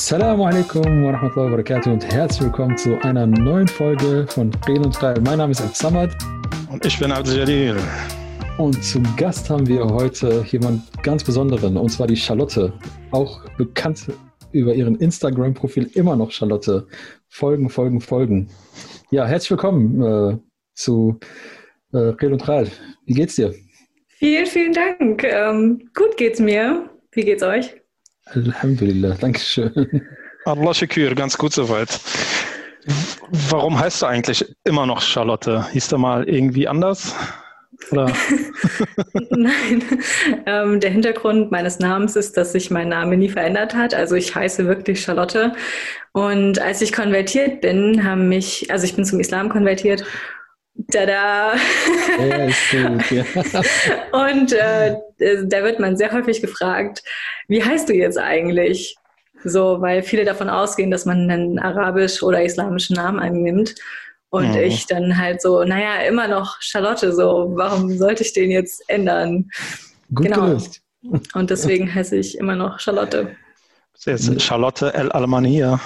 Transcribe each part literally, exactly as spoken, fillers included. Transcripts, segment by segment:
Assalamu alaikum wa rahmatullahi wa barakatuh und herzlich willkommen zu einer neuen Folge von Qeel und Qal. Mein Name ist Al-Samad. Und ich bin Abdel Jalil. Und zu Gast haben wir heute jemanden ganz Besonderen, und zwar die Charlotte, auch bekannt über ihren Instagram-Profil immer noch Charlotte. Folgen, folgen, folgen. Ja, herzlich willkommen äh, zu äh, Qeel und Qal. Wie geht's dir? Vielen, vielen Dank. Ähm, gut geht's mir. Wie geht's euch? Alhamdulillah, Dankeschön. Allah Shakir, ganz gut soweit. Warum heißt du eigentlich immer noch Charlotte? Hieß du mal irgendwie anders? Oder? Nein, ähm, der Hintergrund meines Namens ist, dass sich mein Name nie verändert hat. Also ich heiße wirklich Charlotte. Und als ich konvertiert bin, haben mich, also ich bin zum Islam konvertiert. Tada! Ja, ist gut, ja. Und äh, da wird man sehr häufig gefragt, wie heißt du jetzt eigentlich? So, weil viele davon ausgehen, dass man einen arabisch oder islamischen Namen annimmt. Und mhm. ich dann halt so, naja, immer noch Charlotte, so, warum sollte ich den jetzt ändern? Gut genau. gelöst. Und deswegen heiße ich immer noch Charlotte. Das ist jetzt Charlotte El Almania.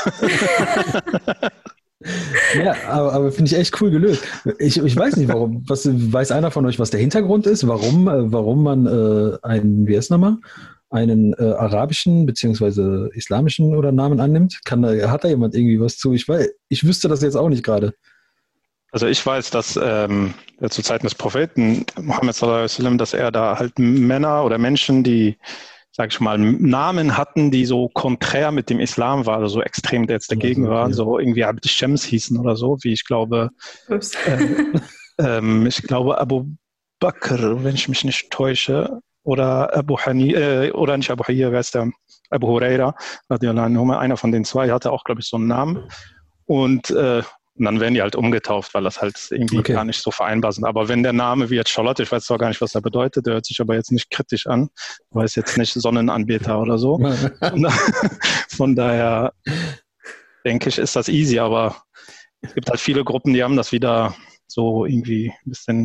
Ja, aber, aber finde ich echt cool gelöst. Ich, ich weiß nicht, warum. Was, weiß einer von euch, was der Hintergrund ist? Warum, äh, warum man äh, einen, wie heißt nochmal, einen äh, arabischen bzw. islamischen oder Namen annimmt? Kann da, hat da jemand irgendwie was zu? Ich weiß, ich wüsste das jetzt auch nicht gerade. Also ich weiß, dass ähm, zu Zeiten des Propheten Muhammad sallallahu alaihi wasallam, dass er da halt Männer oder Menschen, die, sag ich mal, Namen hatten, die so konträr mit dem Islam waren, also so extrem jetzt dagegen also, waren, ja. so irgendwie Abd Shams hießen oder so, wie ich glaube, äh, ähm, ich glaube Abu Bakr, wenn ich mich nicht täusche, oder Abu Hani, äh, oder nicht Abu Hanifa, wer ist der? Abu Huraira, einer von den zwei hatte auch, glaube ich, so einen Namen. Und äh, Und dann werden die halt umgetauft, weil das halt irgendwie okay. gar nicht so vereinbar sind. Aber wenn der Name wie jetzt Charlotte, ich weiß zwar gar nicht, was er bedeutet, der hört sich aber jetzt nicht kritisch an, weil es jetzt nicht Sonnenanbeter oder so. Von, da, von daher denke ich, ist das easy, aber es gibt halt viele Gruppen, die haben das wieder so irgendwie ein bisschen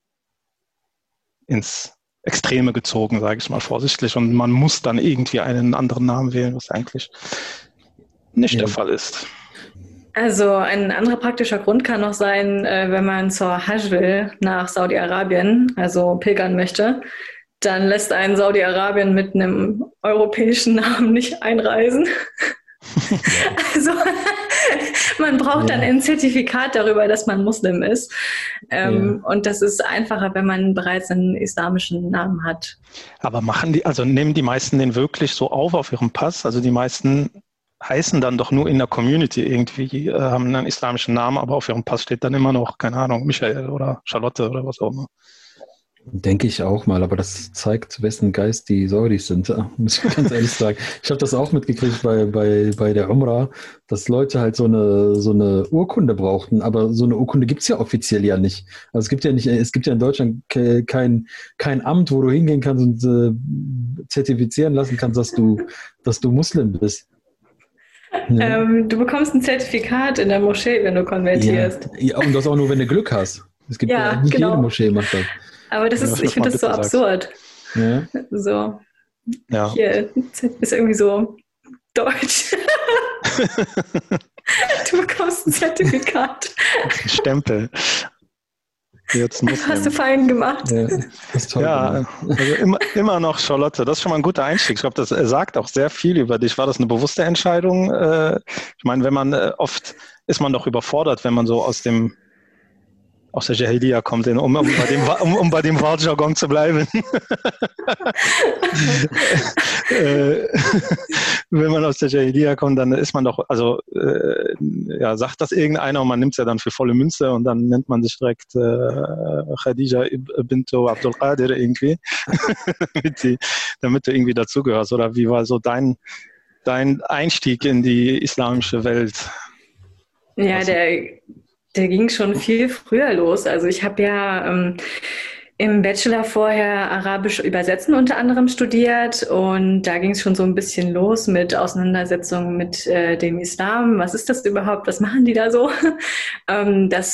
ins Extreme gezogen, sage ich mal vorsichtig. Und man muss dann irgendwie einen anderen Namen wählen, was eigentlich nicht ja. der Fall ist. Also ein anderer praktischer Grund kann noch sein, wenn man zur Hajj will nach Saudi-Arabien, also pilgern möchte, dann lässt einen Saudi-Arabien mit einem europäischen Namen nicht einreisen. Also man braucht dann ein Zertifikat darüber, dass man Muslim ist. Ähm, ja. Und das ist einfacher, wenn man bereits einen islamischen Namen hat. Aber machen die, also nehmen die meisten den wirklich so auf auf ihrem Pass? Also die meisten heißen dann doch nur in der Community irgendwie, äh, haben einen islamischen Namen, aber auf ihrem Pass steht dann immer noch, keine Ahnung, Michael oder Charlotte oder was auch immer. Denke ich auch mal, aber das zeigt, wessen Geist die Saudis sind, muss ich ganz ehrlich sagen. Ich habe das auch mitgekriegt bei, bei, bei der Umrah, dass Leute halt so eine, so eine Urkunde brauchten, aber so eine Urkunde gibt es ja offiziell ja nicht. Also es gibt ja nicht, es gibt ja in Deutschland kein, kein Amt, wo du hingehen kannst und äh, zertifizieren lassen kannst, dass du, dass du Muslim bist. Ja. Ähm, du bekommst ein Zertifikat in der Moschee, wenn du konvertierst. Ja, ja, und das auch nur, wenn du Glück hast. Es gibt ja, ja nicht genau. jede Moschee macht das. Aber das ist, ja, ich finde das so absurd. Ja. So. Ja. Hier ist irgendwie so deutsch. Du bekommst ein Zertifikat. Ein Stempel. Jetzt muss hast du fein gemacht. Ja, das ist toll ja also immer, immer noch Charlotte. Das ist schon mal ein guter Einstieg. Ich glaube, das sagt auch sehr viel über dich. War das eine bewusste Entscheidung? Ich meine, wenn man oft ist man doch überfordert, wenn man so aus dem aus der Jahiliya kommt, um, um, bei dem, um, um bei dem Wortjargon zu bleiben. äh, wenn man aus der Jahiliya kommt, dann ist man doch, also äh, ja, sagt das irgendeiner und man nimmt es ja dann für volle Münze und dann nennt man sich direkt äh, Khadija bintu Abdul Qadir irgendwie, damit, die, damit du irgendwie dazugehörst. Oder wie war so dein, dein Einstieg in die islamische Welt? Ja, also, der Der ging schon viel früher los. Also ich habe ja ähm, im Bachelor vorher Arabisch Übersetzen unter anderem studiert und da ging es schon so ein bisschen los mit Auseinandersetzungen mit äh, dem Islam. Was ist das überhaupt? Was machen die da so? ähm, das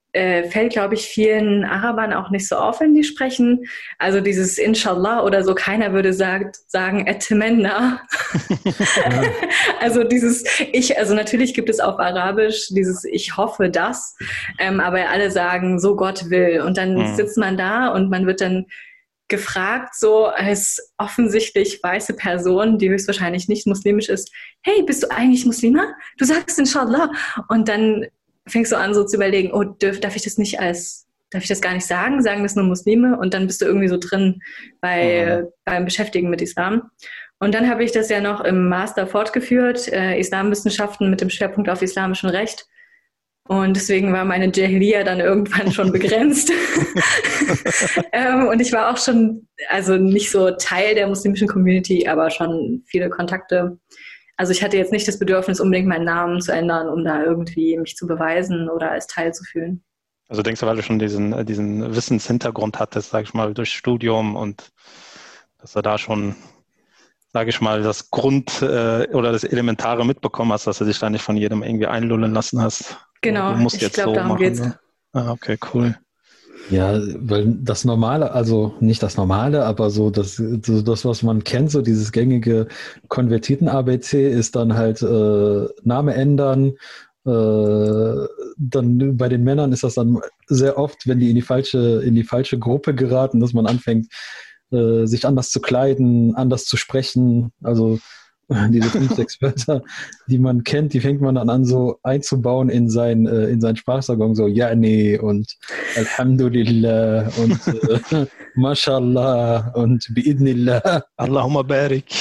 äh, fällt, glaube ich, vielen Arabern auch nicht so auf, wenn die sprechen. Also dieses Inshallah oder so, keiner würde sagt, sagen Atimenna. Ja. Also dieses Ich, also natürlich gibt es auf Arabisch dieses Ich hoffe das, ähm, aber alle sagen, so Gott will. Und dann mhm. sitzt man da und man wird dann gefragt, so als offensichtlich weiße Person, die höchstwahrscheinlich nicht muslimisch ist, hey, bist du eigentlich Muslima? Du sagst Inshallah. Und dann fängst du an, so zu überlegen, oh, darf, darf ich das nicht als, darf ich das gar nicht sagen? Sagen das nur Muslime? Und dann bist du irgendwie so drin bei, mhm. beim Beschäftigen mit Islam. Und dann habe ich das ja noch im Master fortgeführt, äh, Islamwissenschaften mit dem Schwerpunkt auf islamischem Recht. Und deswegen war meine Jahiliya dann irgendwann schon begrenzt. ähm, und ich war auch schon, also nicht so Teil der muslimischen Community, aber schon viele Kontakte. Also ich hatte jetzt nicht das Bedürfnis, unbedingt meinen Namen zu ändern, um da irgendwie mich zu beweisen oder als Teil zu fühlen. Also denkst du, weil du schon diesen, diesen Wissenshintergrund hattest, sag ich mal, durch Studium und dass du da schon, sage ich mal, das Grund äh, oder das Elementare mitbekommen hast, dass du dich da nicht von jedem irgendwie einlullen lassen hast? Genau, du musst ich jetzt glaube, so darum machen, geht's. Ne? Ah, okay, cool. Ja, weil das Normale, also nicht das Normale, aber so das, so das, was man kennt, so dieses gängige Konvertiten-A B C ist dann halt äh, Name ändern. Äh, dann bei den Männern ist das dann sehr oft, wenn die in die falsche, in die falsche Gruppe geraten, dass man anfängt, äh, sich anders zu kleiden, anders zu sprechen. Also diese fünf, sechs Wörter, die man kennt, die fängt man dann an so einzubauen in sein, äh, in seinen Sprachjargon, so Yani und Alhamdulillah und äh, Mashallah und Bi'idnillah. Allahumma barik.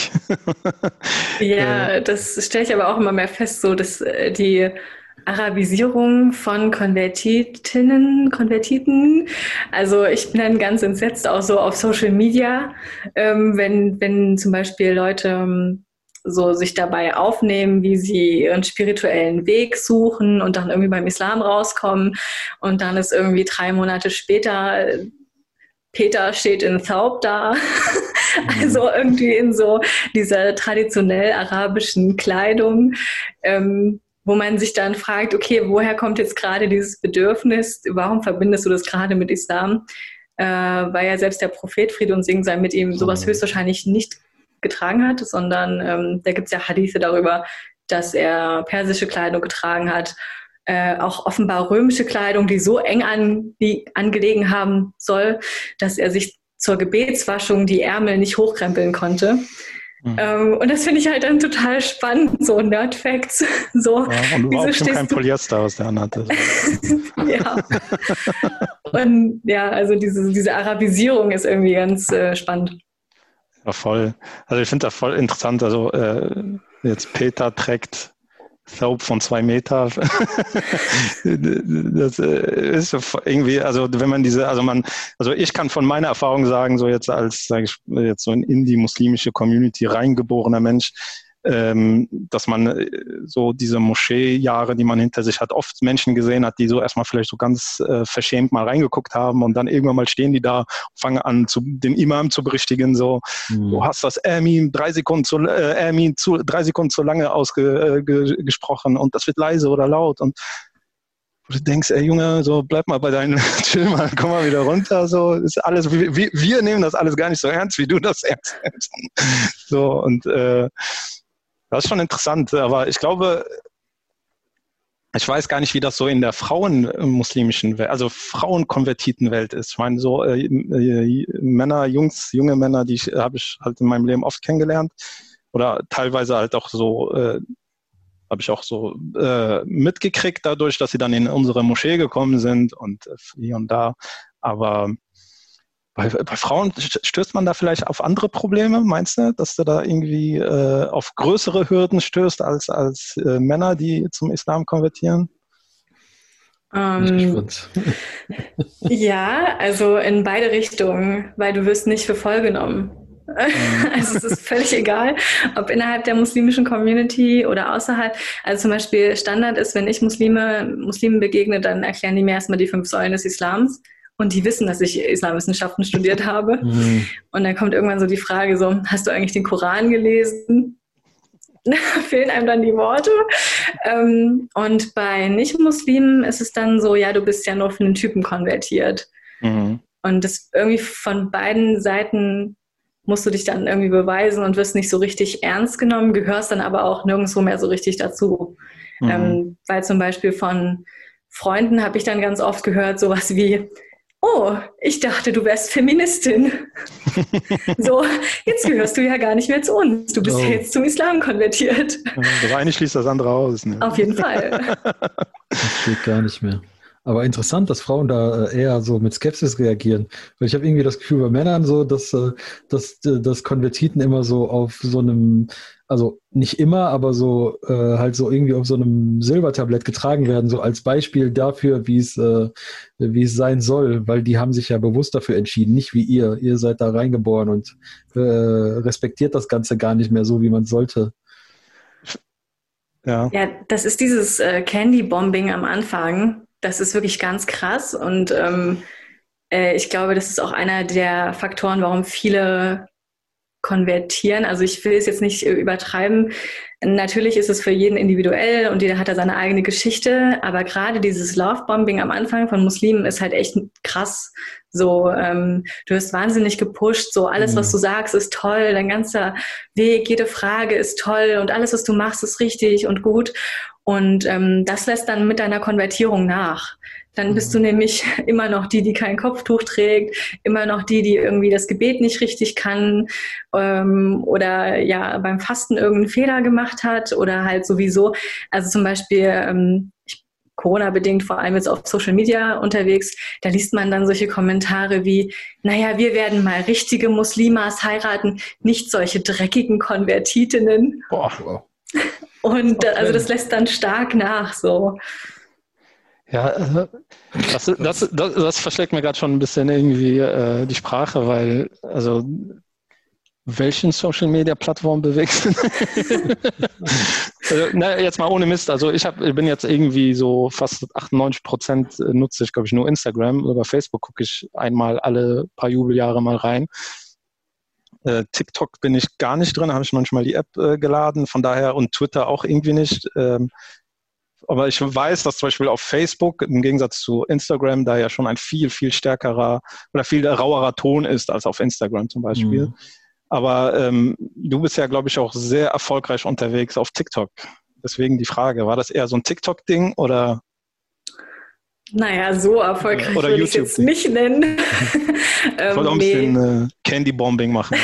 Ja, das stelle ich aber auch immer mehr fest, so dass äh, die Arabisierung von Konvertitinnen, Konvertiten. Also ich bin dann ganz entsetzt auch so auf Social Media, ähm, wenn, wenn zum Beispiel Leute ähm, so sich dabei aufnehmen, wie sie ihren spirituellen Weg suchen und dann irgendwie beim Islam rauskommen und dann ist irgendwie drei Monate später Peter steht in Thawb da, also irgendwie in so dieser traditionell arabischen Kleidung, ähm, wo man sich dann fragt, okay, woher kommt jetzt gerade dieses Bedürfnis, warum verbindest du das gerade mit Islam? Äh, weil ja selbst der Prophet, Friede und Segen sei mit ihm, sowas höchstwahrscheinlich nicht getragen hat, sondern ähm, da gibt es ja Hadithe darüber, dass er persische Kleidung getragen hat, äh, auch offenbar römische Kleidung, die so eng an, die angelegen haben soll, dass er sich zur Gebetswaschung die Ärmel nicht hochkrempeln konnte. Mhm. Ähm, und das finde ich halt dann total spannend, so Nerd-Facts. So, ja, und du auch kein Polyester aus der Hand hattest. Ja. Und ja, also diese, diese Arabisierung ist irgendwie ganz äh, spannend. Ja, voll. Also ich finde das voll interessant. Also äh, jetzt Peter trägt Thawb von zwei Meter. Das äh, ist irgendwie, also wenn man diese, also man, also ich kann von meiner Erfahrung sagen, so jetzt als, sage ich, jetzt so in die muslimische Community reingeborener Mensch, ähm, dass man so diese Moschee-Jahre, die man hinter sich hat, oft Menschen gesehen hat, die so erstmal vielleicht so ganz äh, verschämt mal reingeguckt haben und dann irgendwann mal stehen die da, fangen an, zu, den Imam zu berichtigen, so, mhm. du hast das Amin drei Sekunden zu, äh, Amin zu, drei Sekunden zu lange ausgesprochen äh, und das wird leise oder laut und du denkst, ey Junge, so bleib mal bei deinen, chill mal, komm mal wieder runter, so, ist alles, wir, wir nehmen das alles gar nicht so ernst, wie du das ernst nimmst. So, und äh, das ist schon interessant, aber ich glaube, ich weiß gar nicht, wie das so in der Frauenmuslimischen Welt, also Frauenkonvertitenwelt ist. Ich meine, so äh, äh, Männer, Jungs, junge Männer, die habe ich halt in meinem Leben oft kennengelernt oder teilweise halt auch so, äh, habe ich auch so äh, mitgekriegt dadurch, dass sie dann in unsere Moschee gekommen sind und äh, hier und da, aber Bei, bei Frauen stößt man da vielleicht auf andere Probleme, meinst du, dass du da irgendwie äh, auf größere Hürden stößt als, als äh, Männer, die zum Islam konvertieren? Ähm, ja, also in beide Richtungen, weil du wirst nicht für voll genommen. Mhm. Also es ist völlig egal, ob innerhalb der muslimischen Community oder außerhalb. Also zum Beispiel Standard ist, wenn ich Muslime, Muslimen begegne, dann erklären die mir erstmal die fünf Säulen des Islams. Und die wissen, dass ich Islamwissenschaften studiert habe. Mhm. Und dann kommt irgendwann so die Frage so, hast du eigentlich den Koran gelesen? Da fehlen einem dann die Worte. Ähm, und bei Nicht-Muslimen ist es dann so, ja, du bist ja nur für einen Typen konvertiert. Mhm. Und das irgendwie von beiden Seiten musst du dich dann irgendwie beweisen und wirst nicht so richtig ernst genommen, gehörst dann aber auch nirgendwo mehr so richtig dazu. Mhm. Ähm, weil zum Beispiel von Freunden habe ich dann ganz oft gehört, sowas wie, oh, ich dachte, du wärst Feministin. So, jetzt gehörst du ja gar nicht mehr zu uns. Du bist oh. ja jetzt zum Islam konvertiert. Das eine schließt das andere aus. Ne? Auf jeden Fall. Das geht gar nicht mehr. Aber interessant, dass Frauen da eher so mit Skepsis reagieren. Weil ich habe irgendwie das Gefühl bei Männern so, dass, dass, dass Konvertiten immer so auf so einem, also nicht immer, aber so äh, halt so irgendwie auf so einem Silbertablett getragen werden, so als Beispiel dafür, wie es äh, wie es sein soll, weil die haben sich ja bewusst dafür entschieden, nicht wie ihr. Ihr seid da reingeboren und äh, respektiert das Ganze gar nicht mehr so, wie man es sollte. Ja. ja, das ist dieses äh, Candy-Bombing am Anfang. Das ist wirklich ganz krass und ähm, äh, ich glaube, das ist auch einer der Faktoren, warum viele konvertieren. Also ich will es jetzt nicht äh, übertreiben. Natürlich ist es für jeden individuell und jeder hat da seine eigene Geschichte, aber gerade dieses Love-Bombing am Anfang von Muslimen ist halt echt krass. So, ähm, du wirst wahnsinnig gepusht, so alles, mhm. was du sagst, ist toll, dein ganzer Weg, jede Frage ist toll und alles, was du machst, ist richtig und gut. Und ähm, das lässt dann mit deiner Konvertierung nach. Dann bist du nämlich immer noch die, die kein Kopftuch trägt, immer noch die, die irgendwie das Gebet nicht richtig kann ähm, oder ja beim Fasten irgendeinen Fehler gemacht hat oder halt sowieso. Also zum Beispiel ähm, ich, Corona-bedingt vor allem jetzt auf Social Media unterwegs, da liest man dann solche Kommentare wie, naja, wir werden mal richtige Muslimas heiraten, nicht solche dreckigen Konvertitinnen. Boah, wow. Und also das lässt dann stark nach, so. Ja, das, das, das, das verschlägt mir gerade schon ein bisschen irgendwie äh, die Sprache, weil, also, welchen Social-Media-Plattform bewegst du? also, na, jetzt mal ohne Mist, also ich, hab, ich bin jetzt irgendwie so fast achtundneunzig Prozent nutze ich, glaube ich, nur Instagram. Über Facebook gucke ich einmal alle paar Jubeljahre mal rein. Äh, TikTok bin ich gar nicht drin, habe ich manchmal die App äh, geladen, von daher und Twitter auch irgendwie nicht. Ähm, aber ich weiß, dass zum Beispiel auf Facebook im Gegensatz zu Instagram da ja schon ein viel, viel stärkerer oder viel rauerer Ton ist als auf Instagram zum Beispiel. Mhm. Aber ähm, du bist ja, glaube ich, auch sehr erfolgreich unterwegs auf TikTok. Deswegen die Frage, war das eher so ein TikTok-Ding oder? Naja, so erfolgreich oder würde ich es jetzt nicht nennen. Ich wollte auch ein bisschen äh, Candy-Bombing machen.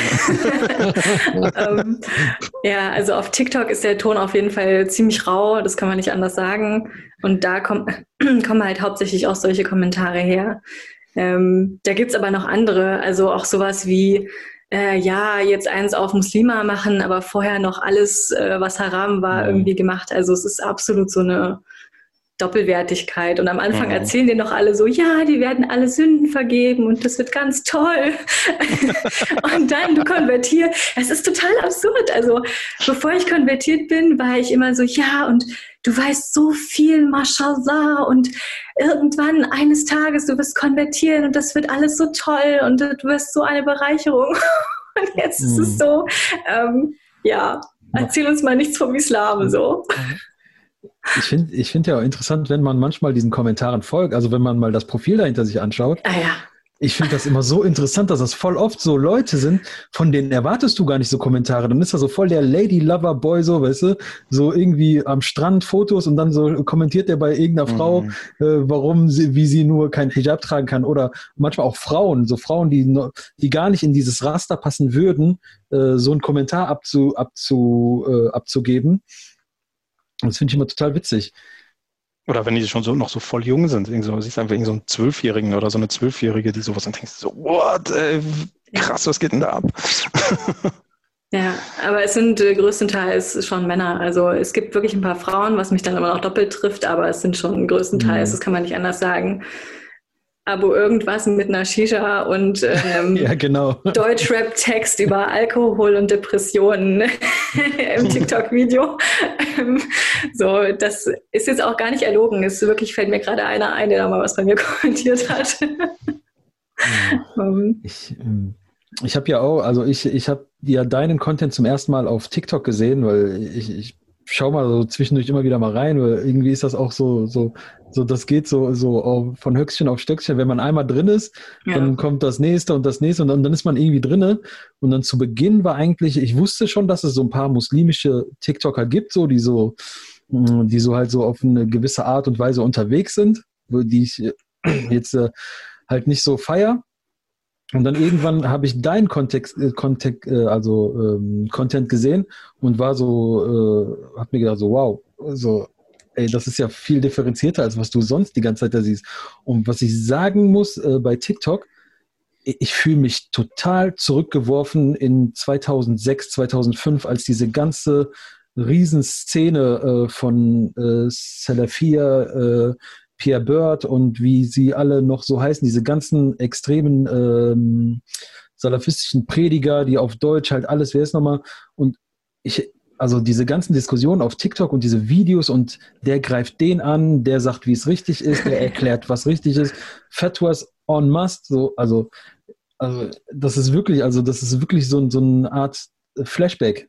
ähm, ja, also auf TikTok ist der Ton auf jeden Fall ziemlich rau, das kann man nicht anders sagen. Und da kommt, kommen halt hauptsächlich auch solche Kommentare her. Ähm, da gibt's aber noch andere, also auch sowas wie, äh, ja, jetzt eins auf Muslima machen, aber vorher noch alles, äh, was Haram war, mhm. irgendwie gemacht. Also es ist absolut so eine Doppelwertigkeit. Und am Anfang mhm. erzählen dir noch alle so, ja, die werden alle Sünden vergeben und das wird ganz toll. Und dann, du konvertierst. Es ist total absurd. Also, bevor ich konvertiert bin, war ich immer so, ja, und du weißt so viel, mashallah, und irgendwann eines Tages, du wirst konvertieren und das wird alles so toll und du wirst so eine Bereicherung. Und jetzt mhm. ist es so, ähm, ja, erzähl uns mal nichts vom Islam, so. Ich finde ich find ja auch interessant, wenn man manchmal diesen Kommentaren folgt, also wenn man mal das Profil dahinter sich anschaut. Ah ja. Ich finde das immer so interessant, dass das voll oft so Leute sind, von denen erwartest du gar nicht so Kommentare. Dann ist da so voll der Lady-Lover-Boy, so, weißt du, so irgendwie am Strand Fotos und dann so kommentiert der bei irgendeiner mhm. Frau, äh, warum sie, wie sie nur kein Hijab tragen kann. Oder manchmal auch Frauen, so Frauen, die, no, die gar nicht in dieses Raster passen würden, äh, so einen Kommentar abzu, abzu, äh, abzugeben. Das finde ich immer total witzig. Oder wenn die schon so noch so voll jung sind, so, siehst du einfach so einen Zwölfjährigen oder so eine Zwölfjährige, die sowas und denkst so, what, ey, krass, was geht denn da ab? Ja, aber es sind äh, größtenteils schon Männer. Also es gibt wirklich ein paar Frauen, was mich dann immer noch doppelt trifft, aber es sind schon größtenteils, mhm. das kann man nicht anders sagen. Aber irgendwas mit einer Shisha und ähm, ja, genau. Deutschrap-Text über Alkohol und Depressionen im TikTok-Video. So, das ist jetzt auch gar nicht erlogen. Es wirklich fällt mir gerade einer ein, der da mal was bei mir kommentiert hat. Ja. um. Ich, ähm, Ich habe ja auch, also ich, ich habe ja deinen Content zum ersten Mal auf TikTok gesehen, weil ich, ich schau mal so zwischendurch immer wieder mal rein, weil irgendwie ist das auch so, so, so, das geht so, so auf, von Höchstchen auf Stöckchen. Wenn man einmal drin ist, ja. dann kommt das nächste und das nächste und dann, dann ist man irgendwie drinne. Und dann zu Beginn war eigentlich, ich wusste schon, dass es so ein paar muslimische TikToker gibt, so, die so, die so halt so auf eine gewisse Art und Weise unterwegs sind, die ich jetzt äh, halt nicht so feier. Und dann irgendwann habe ich deinen Kontext, äh, Kontext, äh, also ähm, Content gesehen und war so, äh, hab mir gedacht so, wow, so, ey, das ist ja viel differenzierter, als was du sonst die ganze Zeit da siehst. Und was ich sagen muss äh, bei TikTok, ich, ich fühle mich total zurückgeworfen in zweitausendsechs, zweitausendfünf, als diese ganze Riesenszene äh, von äh, Salafia, äh, Pierre Bird und wie sie alle noch so heißen, diese ganzen extremen ähm, salafistischen Prediger, die auf Deutsch halt alles, wer ist nochmal? Und ich, also diese ganzen Diskussionen auf TikTok und diese Videos und der greift den an, der sagt, wie es richtig ist, der erklärt, was richtig ist, Fatwas en masse, so, also, also das ist wirklich, also das ist wirklich so, so eine Art Flashback.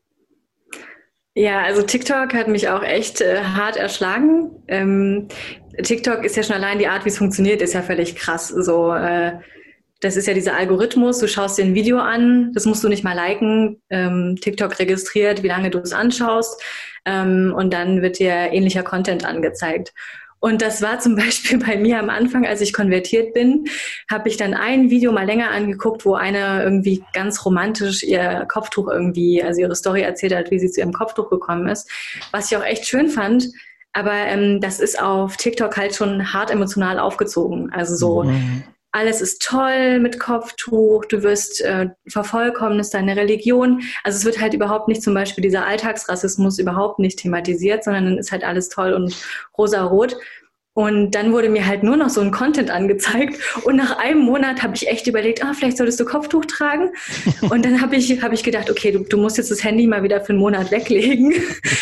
Ja, also TikTok hat mich auch echt äh, hart erschlagen. Ähm, TikTok ist ja schon allein die Art, wie es funktioniert, ist ja völlig krass. So, äh, das ist ja dieser Algorithmus, du schaust dir ein Video an, das musst du nicht mal liken. Ähm, TikTok registriert, wie lange du es anschaust, ähm, und dann wird dir ähnlicher Content angezeigt. Und das war zum Beispiel bei mir am Anfang, als ich konvertiert bin, habe ich dann ein Video mal länger angeguckt, wo eine irgendwie ganz romantisch ihr Kopftuch irgendwie, also ihre Story erzählt hat, wie sie zu ihrem Kopftuch gekommen ist, was ich auch echt schön fand. Aber ähm, das ist auf TikTok halt schon hart emotional aufgezogen. Also so, mhm. alles ist toll mit Kopftuch, du wirst äh, vervollkommnest deine Religion. Also es wird halt überhaupt nicht zum Beispiel dieser Alltagsrassismus überhaupt nicht thematisiert, sondern dann ist halt alles toll und rosarot. Und dann wurde mir halt nur noch so ein Content angezeigt und nach einem Monat habe ich echt überlegt, ah, vielleicht solltest du Kopftuch tragen. Und dann habe ich, hab ich gedacht, okay, du, du musst jetzt das Handy mal wieder für einen Monat weglegen.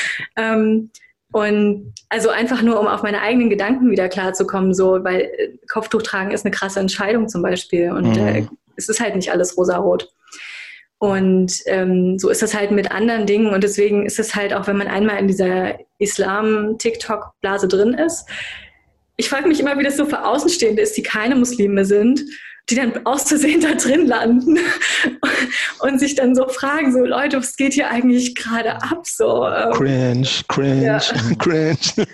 ähm, Und also einfach nur, um auf meine eigenen Gedanken wieder klarzukommen, so, weil Kopftuch tragen ist eine krasse Entscheidung zum Beispiel und mhm. äh, es ist halt nicht alles rosarot. Und ähm, so ist das halt mit anderen Dingen und deswegen ist es halt auch, wenn man einmal in dieser Islam-TikTok-Blase drin ist, ich frage mich immer, wie das so für Außenstehende ist, die keine Muslime sind, die dann auszusehen da drin landen und sich dann so fragen, so Leute, was geht hier eigentlich gerade ab? So, ähm, cringe, cringe, ja. cringe.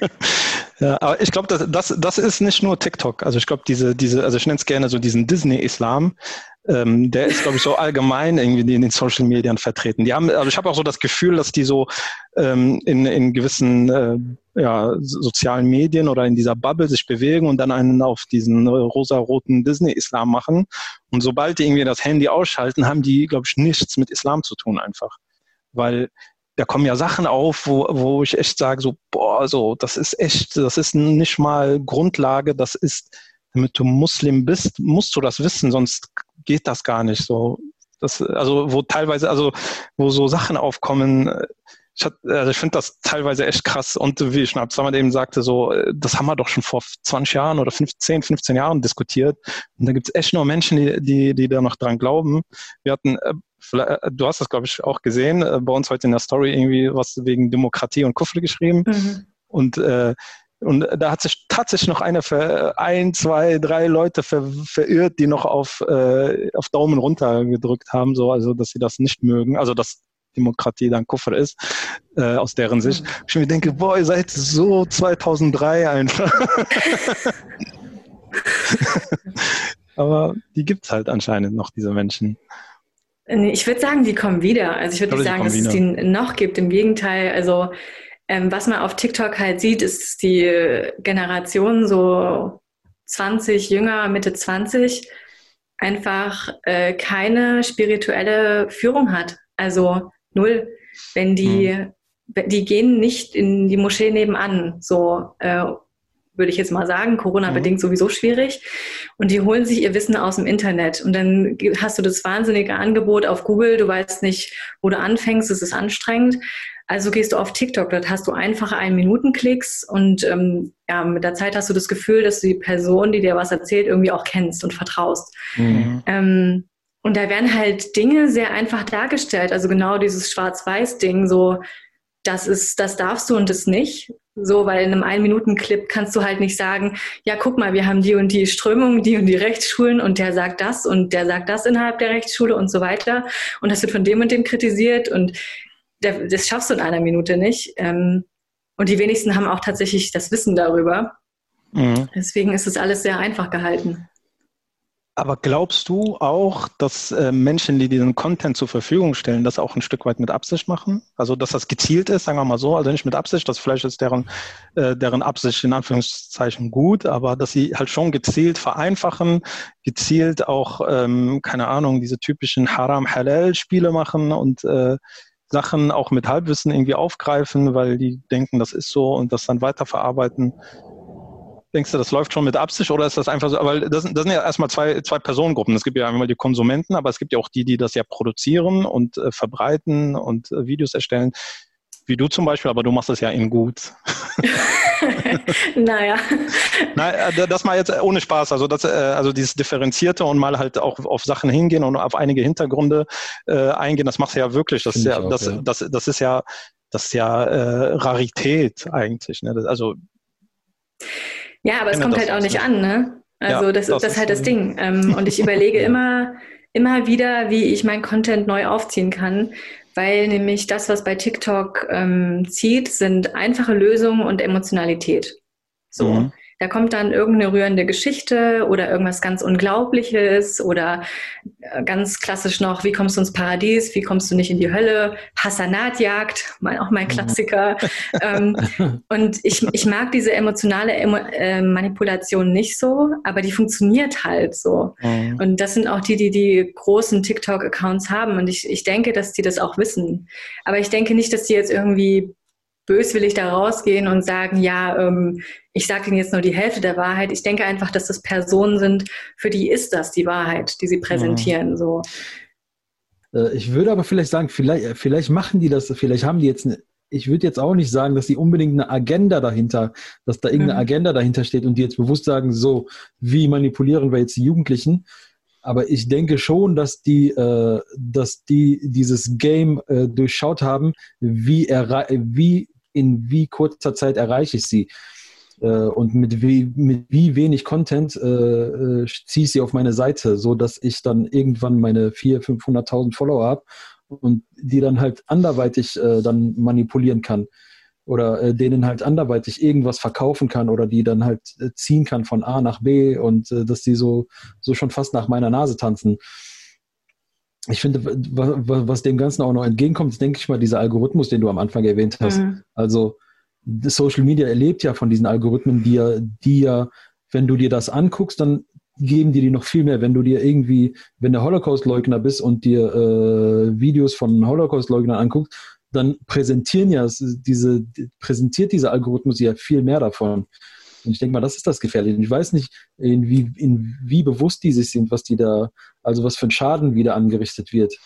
Ja, aber ich glaube, das, das, das ist nicht nur TikTok. Also ich glaube, diese, diese, also ich nenne es gerne so diesen Disney-Islam, ähm, der ist, glaube ich, so allgemein irgendwie in den Social Medien vertreten. Die haben, also ich habe auch so das Gefühl, dass die so ähm, in, in gewissen äh, ja, sozialen Medien oder in dieser Bubble sich bewegen und dann einen auf diesen rosa-roten Disney-Islam machen. Und sobald die irgendwie das Handy ausschalten, haben die, glaube ich, nichts mit Islam zu tun einfach. Weil da kommen ja Sachen auf, wo, wo ich echt sage, so, boah, so, das ist echt, das ist nicht mal Grundlage, das ist, damit du Muslim bist, musst du das wissen, sonst geht das gar nicht so. Das, also, wo teilweise, also, wo so Sachen aufkommen, ich, also ich finde das teilweise echt krass. Und wie Schnapp Samad eben sagte, so, das haben wir doch schon vor zwanzig Jahren oder fünfzehn, fünfzehn Jahren diskutiert. Und da gibt es echt nur Menschen, die, die, die da noch dran glauben. Wir hatten, du hast das, glaube ich, auch gesehen, bei uns heute in der Story irgendwie was wegen Demokratie und Kufr geschrieben. Mhm. Und, äh, und da hat sich tatsächlich noch einer für ein, zwei, drei Leute ver, verirrt, die noch auf, äh, auf Daumen runter gedrückt haben, so, also dass sie das nicht mögen. Also dass Demokratie dann Kufr ist, äh, aus deren Sicht. Mhm. Ich mir denke, boah, ihr seid so zweitausenddrei einfach. Aber die gibt es halt anscheinend noch, diese Menschen. Ich würde sagen, die kommen wieder. Also ich würde nicht sagen, dass es die noch gibt. Im Gegenteil, also ähm, was man auf TikTok halt sieht, ist die Generation so zwanzig, jünger, Mitte zwanzig, einfach äh, keine spirituelle Führung hat. Also null. Wenn die, hm. die gehen nicht in die Moschee nebenan, so äh, würde ich jetzt mal sagen, Corona-bedingt mhm. sowieso schwierig. Und die holen sich ihr Wissen aus dem Internet. Und dann hast du das wahnsinnige Angebot auf Google, du weißt nicht, wo du anfängst, es ist anstrengend. Also gehst du auf TikTok, dort hast du einfache Ein-Minuten-Klicks und ähm, ja, mit der Zeit hast du das Gefühl, dass du die Person, die dir was erzählt, irgendwie auch kennst und vertraust. Mhm. Ähm, Und da werden halt Dinge sehr einfach dargestellt. Also genau dieses Schwarz-Weiß-Ding, so, das ist, das darfst du und das nicht. So, weil in einem Ein-Minuten-Clip kannst du halt nicht sagen, ja, guck mal, wir haben die und die Strömung, die und die Rechtsschulen und der sagt das und der sagt das innerhalb der Rechtsschule und so weiter. Und das wird von dem und dem kritisiert und der, das schaffst du in einer Minute nicht. Ähm, und die wenigsten haben auch tatsächlich das Wissen darüber. Mhm. Deswegen ist es alles sehr einfach gehalten. Aber glaubst du auch, dass äh, Menschen, die diesen Content zur Verfügung stellen, das auch ein Stück weit mit Absicht machen? Also, dass das gezielt ist, sagen wir mal so, also nicht mit Absicht, dass vielleicht ist deren, äh, deren Absicht in Anführungszeichen gut, aber dass sie halt schon gezielt vereinfachen, gezielt auch, ähm, keine Ahnung, diese typischen Haram-Halal-Spiele machen und äh, Sachen auch mit Halbwissen irgendwie aufgreifen, weil die denken, das ist so und das dann weiterverarbeiten. Denkst du, das läuft schon mit Absicht oder ist das einfach so? Weil das, das sind ja erstmal zwei, zwei Personengruppen. Es gibt ja einmal die Konsumenten, aber es gibt ja auch die, die das ja produzieren und äh, verbreiten und äh, Videos erstellen. Wie du zum Beispiel, aber du machst das ja in gut. Naja. Nein, das mal jetzt ohne Spaß. Also, das, also dieses Differenzierte und mal halt auch auf Sachen hingehen und auf einige Hintergründe äh, eingehen, das machst du ja wirklich. Das ist ja, auch, das, ja. Das, das ist ja, das ist ja äh, Rarität eigentlich. Ne? Das, also Ja, aber es kommt halt auch nicht an, ne? Also ja, das, das, das ist halt das Ding. Ähm, und ich überlege ja. immer, immer wieder, wie ich meinen Content neu aufziehen kann, weil nämlich das, was bei TikTok ähm, zieht, sind einfache Lösungen und Emotionalität. So. Mhm. Da kommt dann irgendeine rührende Geschichte oder irgendwas ganz Unglaubliches oder ganz klassisch noch, wie kommst du ins Paradies, wie kommst du nicht in die Hölle, Hassanat-Jagd, auch mein Klassiker. ähm, und ich, ich mag diese emotionale Emo äh, Manipulation nicht so, aber die funktioniert halt so. Mhm. Und das sind auch die, die die großen TikTok-Accounts haben und ich, ich denke, dass die das auch wissen. Aber ich denke nicht, dass die jetzt irgendwie böswillig da rausgehen und sagen, ja, ähm, ich sage Ihnen jetzt nur die Hälfte der Wahrheit. Ich denke einfach, dass das Personen sind, für die ist das die Wahrheit, die sie präsentieren. Mhm. So. Ich würde aber vielleicht sagen, vielleicht, vielleicht machen die das, vielleicht haben die jetzt eine, ich würde jetzt auch nicht sagen, dass die unbedingt eine Agenda dahinter, dass da irgendeine mhm. Agenda dahinter steht und die jetzt bewusst sagen, so, wie manipulieren wir jetzt die Jugendlichen? Aber ich denke schon, dass die, äh, dass die dieses Game äh, durchschaut haben, wie, wie in wie kurzer Zeit erreiche ich sie äh, und mit wie, mit wie wenig Content äh, ziehe ich sie auf meine Seite, so dass ich dann irgendwann meine vierhunderttausend, fünfhunderttausend Follower habe und die dann halt anderweitig äh, dann manipulieren kann oder äh, denen halt anderweitig irgendwas verkaufen kann oder die dann halt äh, ziehen kann von A nach B und äh, dass die so, so schon fast nach meiner Nase tanzen. Ich finde, was dem Ganzen auch noch entgegenkommt, ist, denke ich mal, dieser Algorithmus, den du am Anfang erwähnt hast. Mhm. Also Social Media lebt ja von diesen Algorithmen, die ja, die ja, wenn du dir das anguckst, dann geben die dir noch viel mehr. Wenn du dir irgendwie, wenn der Holocaust-Leugner bist und dir äh, Videos von Holocaust-Leugnern anguckst, dann präsentieren ja diese, präsentiert dieser Algorithmus ja viel mehr davon. Und ich denke mal, das ist das Gefährliche. Ich weiß nicht, in wie, in wie bewusst die sich sind, was die da, also was für ein Schaden wieder angerichtet wird.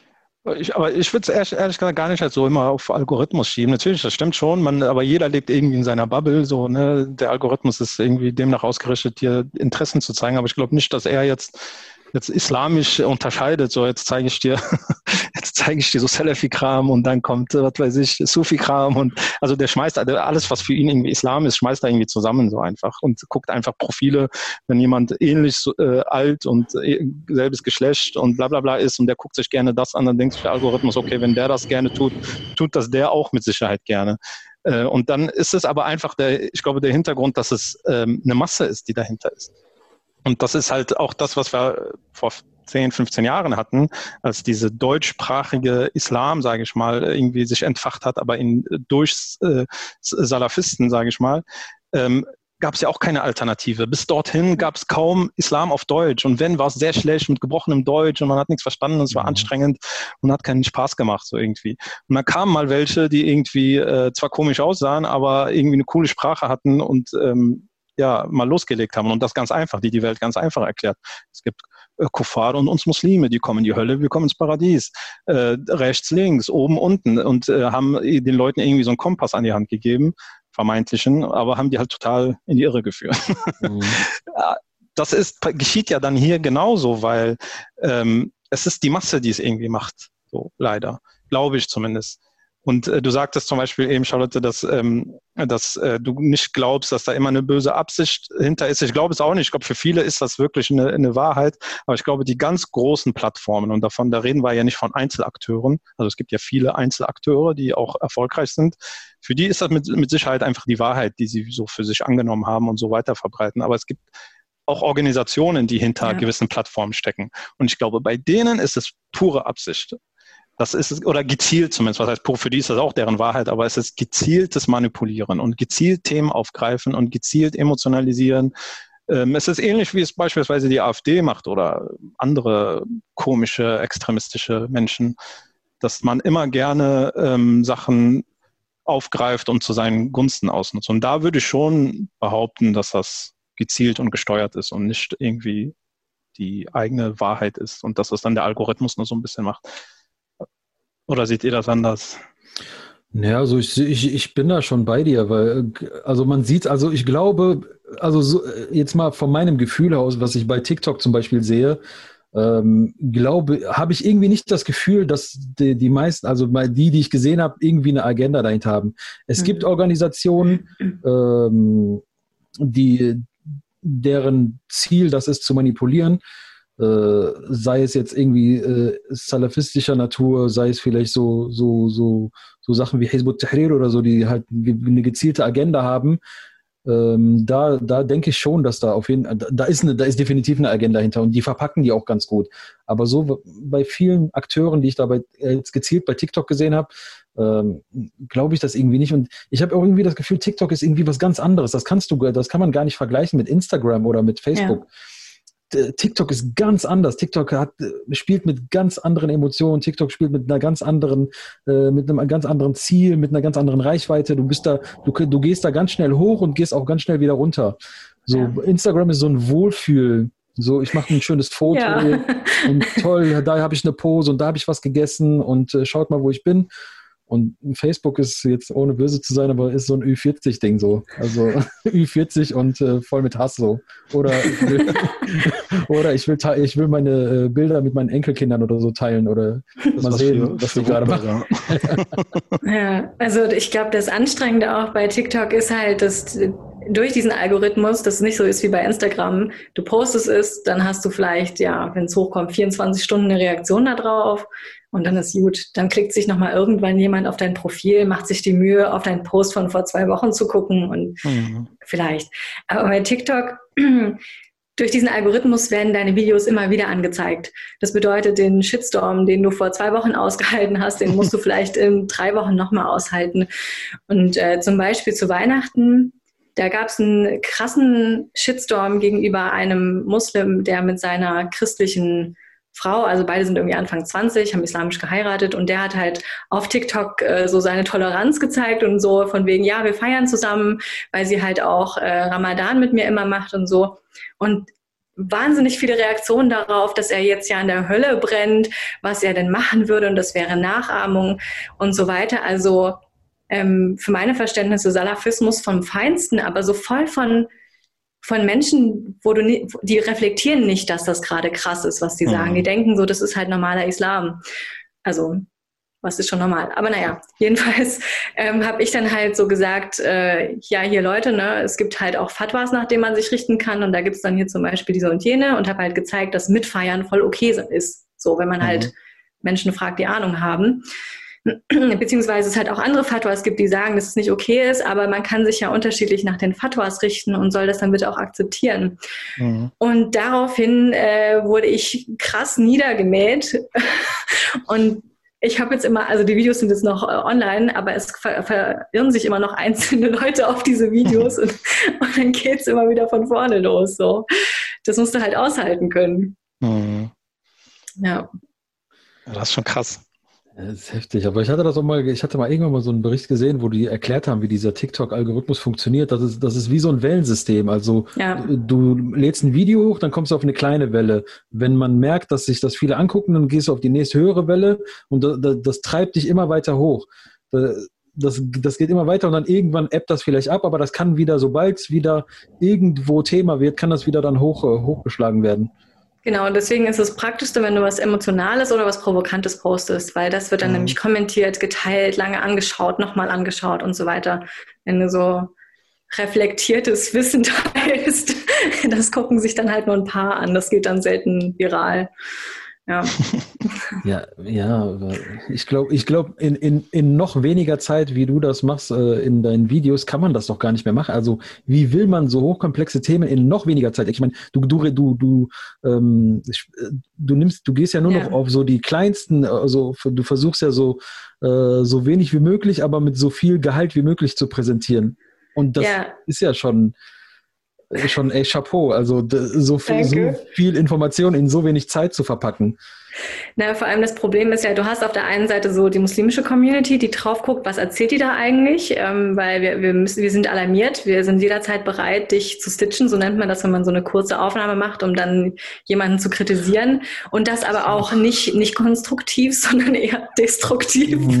Ich, aber ich würde es ehrlich, ehrlich gesagt gar nicht halt so immer auf Algorithmus schieben. Natürlich, das stimmt schon, man, aber jeder lebt irgendwie in seiner Bubble. So, ne? Der Algorithmus ist irgendwie demnach ausgerichtet, dir Interessen zu zeigen. Aber ich glaube nicht, dass er jetzt jetzt islamisch unterscheidet, so jetzt zeige ich dir, jetzt zeige ich dir so Salafi-Kram und dann kommt, was weiß ich, Sufi-Kram und also der schmeißt alles, was für ihn irgendwie Islam ist, schmeißt er irgendwie zusammen so einfach und guckt einfach Profile, wenn jemand ähnlich äh, alt und äh, selbes Geschlecht und bla bla bla ist und der guckt sich gerne das an, dann denkt sich der Algorithmus, okay, wenn der das gerne tut, tut das der auch mit Sicherheit gerne. Äh, und dann ist es aber einfach der, ich glaube, der Hintergrund, dass es ähm, eine Masse ist, die dahinter ist. Und das ist halt auch das, was wir vor zehn, fünfzehn Jahren hatten, als diese deutschsprachige Islam, sage ich mal, irgendwie sich entfacht hat, aber in, durch äh, Salafisten, sage ich mal, ähm, gab es ja auch keine Alternative. Bis dorthin gab es kaum Islam auf Deutsch. Und wenn, war es sehr schlecht mit gebrochenem Deutsch und man hat nichts verstanden und es war anstrengend und hat keinen Spaß gemacht so irgendwie. Und dann kamen mal welche, die irgendwie äh, zwar komisch aussahen, aber irgendwie eine coole Sprache hatten und ähm, ja, mal losgelegt haben und das ganz einfach, die die Welt ganz einfach erklärt. Es gibt äh, Kuffar und uns Muslime, die kommen in die Hölle, wir kommen ins Paradies. Äh, rechts, links, oben, unten und äh, haben den Leuten irgendwie so einen Kompass an die Hand gegeben, vermeintlichen, aber haben die halt total in die Irre geführt. Mhm. Das ist, geschieht ja dann hier genauso, weil ähm, es ist die Masse, die es irgendwie macht, so leider, glaube ich zumindest. Und äh, du sagtest zum Beispiel eben, Charlotte, dass, ähm, dass äh, du nicht glaubst, dass da immer eine böse Absicht hinter ist. Ich glaube es auch nicht. Ich glaube, für viele ist das wirklich eine, eine Wahrheit. Aber ich glaube, die ganz großen Plattformen, und davon, da reden wir ja nicht von Einzelakteuren, also es gibt ja viele Einzelakteure, die auch erfolgreich sind. Für die ist das mit, mit Sicherheit einfach die Wahrheit, die sie so für sich angenommen haben und so weiter verbreiten. Aber es gibt auch Organisationen, die hinter ja. gewissen Plattformen stecken. Und ich glaube, bei denen ist es pure Absicht. Das ist es, oder gezielt zumindest, was heißt, für die ist das auch deren Wahrheit, aber es ist gezieltes Manipulieren und gezielt Themen aufgreifen und gezielt emotionalisieren. Ähm, es ist ähnlich, wie es beispielsweise die AfD macht oder andere komische, extremistische Menschen, dass man immer gerne ähm, Sachen aufgreift und zu seinen Gunsten ausnutzt. Und da würde ich schon behaupten, dass das gezielt und gesteuert ist und nicht irgendwie die eigene Wahrheit ist und dass das dann der Algorithmus nur so ein bisschen macht. Oder seht ihr das anders? Ja, also ich, ich, ich bin da schon bei dir, weil, also man sieht, also ich glaube, also so, jetzt mal von meinem Gefühl aus, was ich bei TikTok zum Beispiel sehe, ähm, glaube, habe ich irgendwie nicht das Gefühl, dass die, die meisten, also die, die ich gesehen habe, irgendwie eine Agenda dahinter haben. Es mhm. gibt Organisationen, ähm, die, deren Ziel das ist, zu manipulieren. Äh, sei es jetzt irgendwie äh, salafistischer Natur, sei es vielleicht so, so, so, so Sachen wie Hizb ut-Tahrir oder so, die halt eine gezielte Agenda haben. Ähm, da, da denke ich schon, dass da auf jeden Fall, da ist eine, da ist definitiv eine Agenda hinter und die verpacken die auch ganz gut. Aber so bei vielen Akteuren, die ich dabei jetzt gezielt bei TikTok gesehen habe, ähm, glaube ich das irgendwie nicht. Und ich habe auch irgendwie das Gefühl, TikTok ist irgendwie was ganz anderes. Das kannst du, das kann man gar nicht vergleichen mit Instagram oder mit Facebook. Ja. TikTok ist ganz anders. TikTok hat, spielt mit ganz anderen Emotionen. TikTok spielt mit einer ganz anderen, äh, mit einem ganz anderen Ziel, mit einer ganz anderen Reichweite. Du bist da, du, du gehst da ganz schnell hoch und gehst auch ganz schnell wieder runter. So, ja. Instagram ist so ein Wohlfühl. So, ich mache ein schönes Foto ja. und toll, da habe ich eine Pose und da habe ich was gegessen und äh, schaut mal, wo ich bin. Und Facebook ist jetzt, ohne böse zu sein, aber ist so ein Ü vierzig Ding so. Also Ü vierzig und äh, voll mit Hass so. Oder ich will, oder ich will, ich will meine äh, Bilder mit meinen Enkelkindern oder so teilen oder das mal sehen, für, was die gerade machen. Ja, also ich glaube, das Anstrengende auch bei TikTok ist halt, dass durch diesen Algorithmus, dass es nicht so ist wie bei Instagram, du postest es, dann hast du vielleicht, ja, wenn es hochkommt, vierundzwanzig Stunden eine Reaktion da drauf. Und dann ist gut. Dann klickt sich nochmal irgendwann jemand auf dein Profil, macht sich die Mühe, auf deinen Post von vor zwei Wochen zu gucken und mhm. vielleicht. Aber bei TikTok, durch diesen Algorithmus werden deine Videos immer wieder angezeigt. Das bedeutet, den Shitstorm, den du vor zwei Wochen ausgehalten hast, den musst du vielleicht in drei Wochen nochmal aushalten. Und äh, zum Beispiel zu Weihnachten, da gab es einen krassen Shitstorm gegenüber einem Muslim, der mit seiner christlichen Frau, also beide sind irgendwie Anfang zwanzig, haben islamisch geheiratet und der hat halt auf TikTok äh, so seine Toleranz gezeigt und so von wegen, ja, wir feiern zusammen, weil sie halt auch äh, Ramadan mit mir immer macht und so. Und wahnsinnig viele Reaktionen darauf, dass er jetzt ja in der Hölle brennt, was er denn machen würde und das wäre Nachahmung und so weiter. Also ähm, für meine Verständnisse Salafismus vom Feinsten, aber so voll von von Menschen, wo du nie, die reflektieren nicht, dass das gerade krass ist, was die sagen. Mhm. Die denken so, das ist halt normaler Islam. Also, was ist schon normal? Aber naja, jedenfalls ähm, habe ich dann halt so gesagt, äh, ja, hier Leute, ne, es gibt halt auch Fatwas, nach denen man sich richten kann. Und da gibt es dann hier zum Beispiel diese und jene und habe halt gezeigt, dass Mitfeiern voll okay ist. So, wenn man mhm. halt Menschen fragt, die Ahnung haben. Beziehungsweise es halt auch andere Fatwas gibt, die sagen, dass es nicht okay ist, aber man kann sich ja unterschiedlich nach den Fatwas richten und soll das dann bitte auch akzeptieren. Mhm. Und daraufhin äh, wurde ich krass niedergemäht und ich habe jetzt immer, also die Videos sind jetzt noch äh, online, aber es ver- verirren sich immer noch einzelne Leute auf diese Videos und, und dann geht es immer wieder von vorne los. So. Das musst du halt aushalten können. Mhm. Ja. Das ist schon krass. Das ist heftig, aber ich hatte das auch mal, ich hatte mal irgendwann mal so einen Bericht gesehen, wo die erklärt haben, wie dieser TikTok-Algorithmus funktioniert. Das ist, das ist wie so ein Wellensystem. Also ja. du lädst ein Video hoch, dann kommst du auf eine kleine Welle. Wenn man merkt, dass sich das viele angucken, dann gehst du auf die nächste höhere Welle und das, das, das treibt dich immer weiter hoch. Das, das geht immer weiter und dann irgendwann ebbt das vielleicht ab, aber das kann wieder, sobald es wieder irgendwo Thema wird, kann das wieder dann hoch, hochgeschlagen werden. Genau, und deswegen ist es praktischste, wenn du was Emotionales oder was Provokantes postest, weil das wird dann mhm. nämlich kommentiert, geteilt, lange angeschaut, nochmal angeschaut und so weiter. Wenn du so reflektiertes Wissen teilst, das gucken sich dann halt nur ein paar an. Das geht dann selten viral. Ja, ja, ja, ich glaube, ich glaub, in, in, in noch weniger Zeit, wie du das machst äh, in deinen Videos, kann man das doch gar nicht mehr machen. Also wie will man so hochkomplexe Themen in noch weniger Zeit? Ich meine, du, du, du, du, ähm, du nimmst, du gehst ja nur ja. noch auf so die kleinsten, also du versuchst ja so, äh, so wenig wie möglich, aber mit so viel Gehalt wie möglich zu präsentieren. Und das ja. ist ja schon schon ey, Chapeau, also so viel, so viel Information in so wenig Zeit zu verpacken. Na, vor allem das Problem ist ja, du hast auf der einen Seite so die muslimische Community, die drauf guckt, was erzählt die da eigentlich, ähm, weil wir, wir, müssen, wir sind alarmiert, wir sind jederzeit bereit, dich zu stitchen, so nennt man das, wenn man so eine kurze Aufnahme macht, um dann jemanden zu kritisieren und das aber auch nicht, nicht konstruktiv, sondern eher destruktiv. Mhm.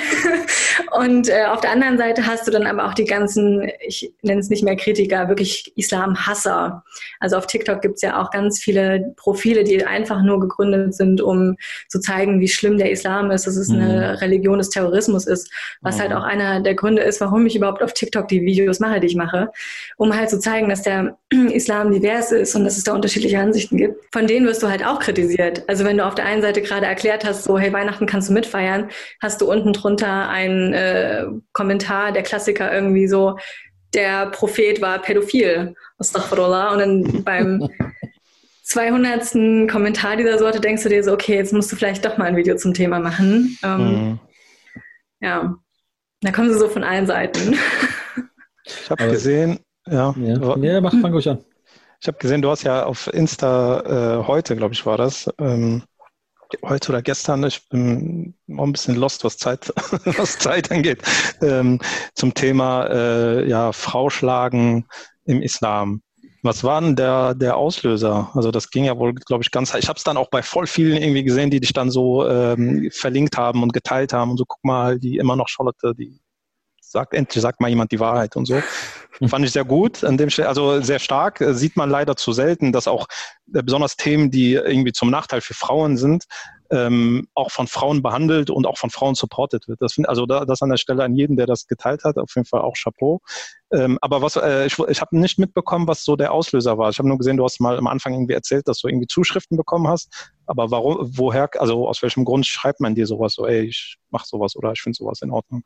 Und äh, auf der anderen Seite hast du dann aber auch die ganzen, ich nenne es nicht mehr Kritiker, wirklich Islamhasser. Also auf TikTok gibt es ja auch ganz viele Profile, die einfach nur gegründet sind, um zu zeigen, wie schlimm der Islam ist, dass es mhm. eine Religion des Terrorismus ist, was mhm. halt auch einer der Gründe ist, warum ich überhaupt auf TikTok die Videos mache, die ich mache, um halt zu zeigen, dass der Islam divers ist und dass es da unterschiedliche Ansichten gibt. Von denen wirst du halt auch kritisiert. Also wenn du auf der einen Seite gerade erklärt hast, so hey, Weihnachten kannst du mitfeiern, hast du unten drunter einen äh, Kommentar, der Klassiker irgendwie so, der Prophet war pädophil, Astaghfirullah, und dann beim zweihundertsten Kommentar dieser Sorte denkst du dir so, okay, jetzt musst du vielleicht doch mal ein Video zum Thema machen. Ähm, mhm. Ja, da kommen sie so von allen Seiten. Ich habe gesehen, ja. Ja, ja mach, fang ruhig an. Ich habe gesehen, du hast ja auf Insta äh, heute, glaube ich, war das, ähm, heute oder gestern, ich bin auch ein bisschen lost, was Zeit, was Zeit angeht, ähm, zum Thema äh, ja, Frau schlagen im Islam. Was war denn der, der Auslöser? Also das ging ja wohl, glaube ich, ganz... Ich habe es dann auch bei voll vielen irgendwie gesehen, die dich dann so ähm, verlinkt haben und geteilt haben und so, guck mal, die immer noch Charlotte, die sagt, endlich sagt mal jemand die Wahrheit und so. Fand ich sehr gut, an dem Stelle, also sehr stark. Sieht man leider zu selten, dass auch äh, besonders Themen, die irgendwie zum Nachteil für Frauen sind, ähm, auch von Frauen behandelt und auch von Frauen supported wird. Das find, also da, das an der Stelle an jeden, der das geteilt hat, auf jeden Fall auch Chapeau. Ähm, aber was äh, ich, ich habe nicht mitbekommen, was so der Auslöser war. Ich habe nur gesehen, du hast mal am Anfang irgendwie erzählt, dass du irgendwie Zuschriften bekommen hast. Aber warum, woher, also aus welchem Grund schreibt man dir sowas so, ey, ich mach sowas oder ich finde sowas in Ordnung?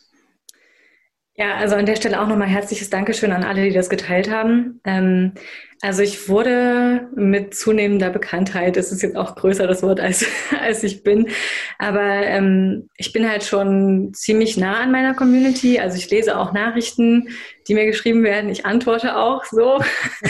Ja, also an der Stelle auch nochmal herzliches Dankeschön an alle, die das geteilt haben. Ähm, also ich wurde mit zunehmender Bekanntheit, das ist jetzt auch größer das Wort, als, als ich bin, aber ähm, ich bin halt schon ziemlich nah an meiner Community. Also ich lese auch Nachrichten, die mir geschrieben werden. Ich antworte auch so.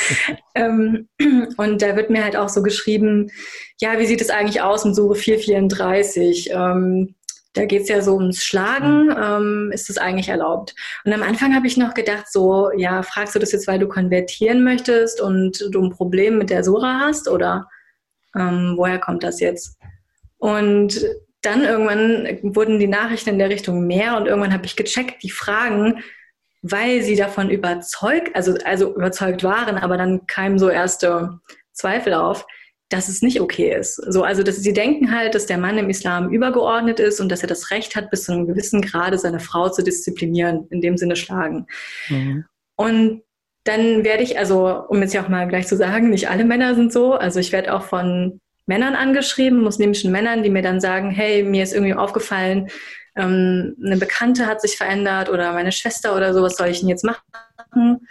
ähm, und da wird mir halt auch so geschrieben, ja, wie sieht es eigentlich aus mit Sure vier vierunddreißig? Ähm, Da geht es ja so ums Schlagen, ähm, ist das eigentlich erlaubt? Und am Anfang habe ich noch gedacht, so, ja, fragst du das jetzt, weil du konvertieren möchtest und du ein Problem mit der Sura hast oder ähm, woher kommt das jetzt? Und dann irgendwann wurden die Nachrichten in der Richtung mehr und irgendwann habe ich gecheckt, die Fragen, weil sie davon überzeugt, also, also überzeugt waren, aber dann kamen so erste Zweifel auf, dass es nicht okay ist. So, also dass sie denken halt, dass der Mann im Islam übergeordnet ist und dass er das Recht hat, bis zu einem gewissen Grade seine Frau zu disziplinieren, in dem Sinne schlagen. Mhm. Und dann werde ich, also um jetzt ja auch mal gleich zu sagen, nicht alle Männer sind so, also ich werde auch von Männern angeschrieben, muslimischen Männern, die mir dann sagen, hey, mir ist irgendwie aufgefallen, ähm, eine Bekannte hat sich verändert oder meine Schwester oder so, was soll ich denn jetzt machen?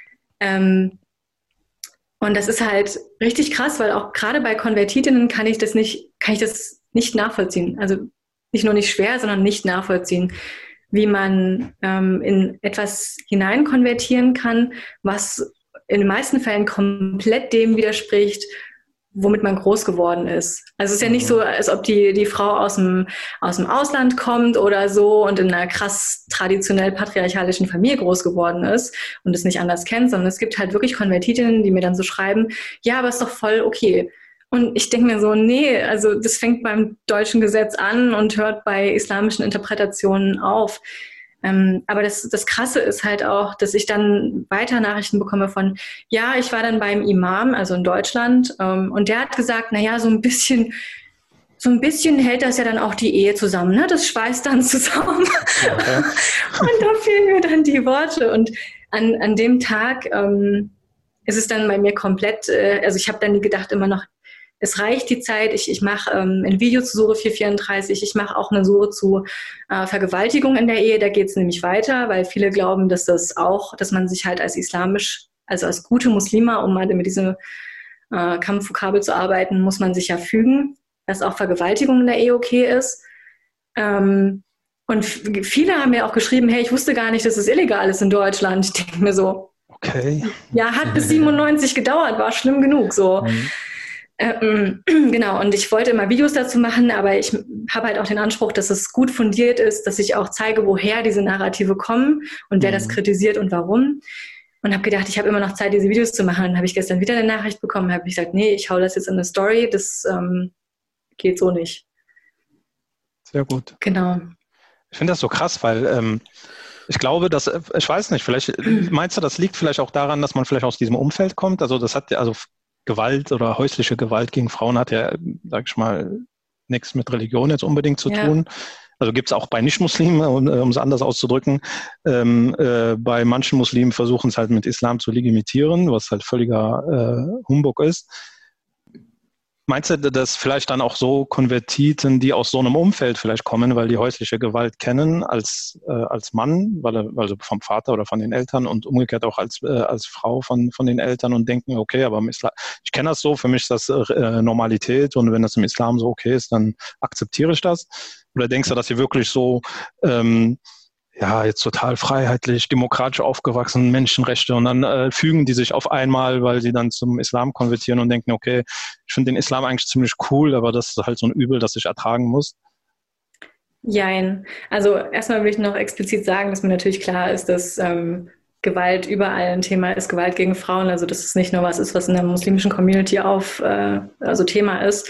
Ähm, Und das ist halt richtig krass, weil auch gerade bei Konvertitinnen kann ich das nicht, kann ich das nicht nachvollziehen. Also nicht nur nicht schwer, sondern nicht nachvollziehen, wie man ähm, in etwas hineinkonvertieren kann, was in den meisten Fällen komplett dem widerspricht, womit man groß geworden ist. Also es ist ja nicht so, als ob die, die Frau aus dem, aus dem Ausland kommt oder so und in einer krass traditionell patriarchalischen Familie groß geworden ist und es nicht anders kennt, sondern es gibt halt wirklich Konvertitinnen, die mir dann so schreiben, ja, aber ist doch voll okay. Und ich denke mir so, nee, also das fängt beim deutschen Gesetz an und hört bei islamischen Interpretationen auf. Ähm, aber das, das Krasse ist halt auch, dass ich dann weiter Nachrichten bekomme von, ja, ich war dann beim Imam, also in Deutschland, ähm, und der hat gesagt, naja, so ein bisschen, so ein bisschen hält das ja dann auch die Ehe zusammen, ne? Das schweißt dann zusammen. Okay. Und da fehlen mir dann die Worte. Und an, an dem Tag ähm, ist es dann bei mir komplett, äh, also ich habe dann gedacht immer noch, es reicht die Zeit, ich, ich mache ähm, ein Video zu Sure vierhundertvierunddreißig, ich mache auch eine Sure zu äh, Vergewaltigung in der Ehe, da geht es nämlich weiter, weil viele glauben, dass das auch, dass man sich halt als islamisch, also als gute Muslima, um mal mit diesem äh, Kampfvokabel zu arbeiten, muss man sich ja fügen, dass auch Vergewaltigung in der Ehe okay ist. Ähm, und f- viele haben mir auch geschrieben, hey, ich wusste gar nicht, dass es illegal ist in Deutschland. Ich denke mir so, okay. Ja, hat bis siebenundneunzig gedauert, war schlimm genug, so. Mhm. Ähm, genau, und ich wollte immer Videos dazu machen, aber ich habe halt auch den Anspruch, dass es gut fundiert ist, dass ich auch zeige, woher diese Narrative kommen und wer mhm. das kritisiert und warum. Und habe gedacht, ich habe immer noch Zeit, diese Videos zu machen. Dann habe ich gestern wieder eine Nachricht bekommen, habe ich gesagt, nee, ich hau das jetzt in eine Story, das ähm, geht so nicht. Sehr gut. Genau. Ich finde das so krass, weil ähm, ich glaube, dass, ich weiß nicht, vielleicht meinst du, das liegt vielleicht auch daran, dass man vielleicht aus diesem Umfeld kommt? Also das hat ja, also Gewalt oder häusliche Gewalt gegen Frauen hat ja, sag ich mal, nichts mit Religion jetzt unbedingt zu ja. tun. Also gibt es auch bei Nicht-Muslimen, um, um es anders auszudrücken. Ähm, äh, bei manchen Muslimen versuchen es halt mit Islam zu legitimieren, was halt völliger äh, Humbug ist. Meinst du, dass vielleicht dann auch so Konvertiten, die aus so einem Umfeld vielleicht kommen, weil die häusliche Gewalt kennen als äh, als Mann, weil er, also vom Vater oder von den Eltern und umgekehrt auch als äh, als Frau von von den Eltern und denken, okay, aber im Islam, ich kenne das so, für mich ist das äh, Normalität und wenn das im Islam so okay ist, dann akzeptiere ich das? Oder denkst du, dass sie wirklich so ähm, ja, jetzt total freiheitlich, demokratisch aufgewachsen, Menschenrechte und dann äh, fügen die sich auf einmal, weil sie dann zum Islam konvertieren und denken, okay, ich finde den Islam eigentlich ziemlich cool, aber das ist halt so ein Übel, das ich ertragen muss? Jein. Also erstmal will ich noch explizit sagen, dass mir natürlich klar ist, dass ähm, Gewalt überall ein Thema ist, Gewalt gegen Frauen, also dass es nicht nur was ist, was in der muslimischen Community auf, äh, also Thema ist.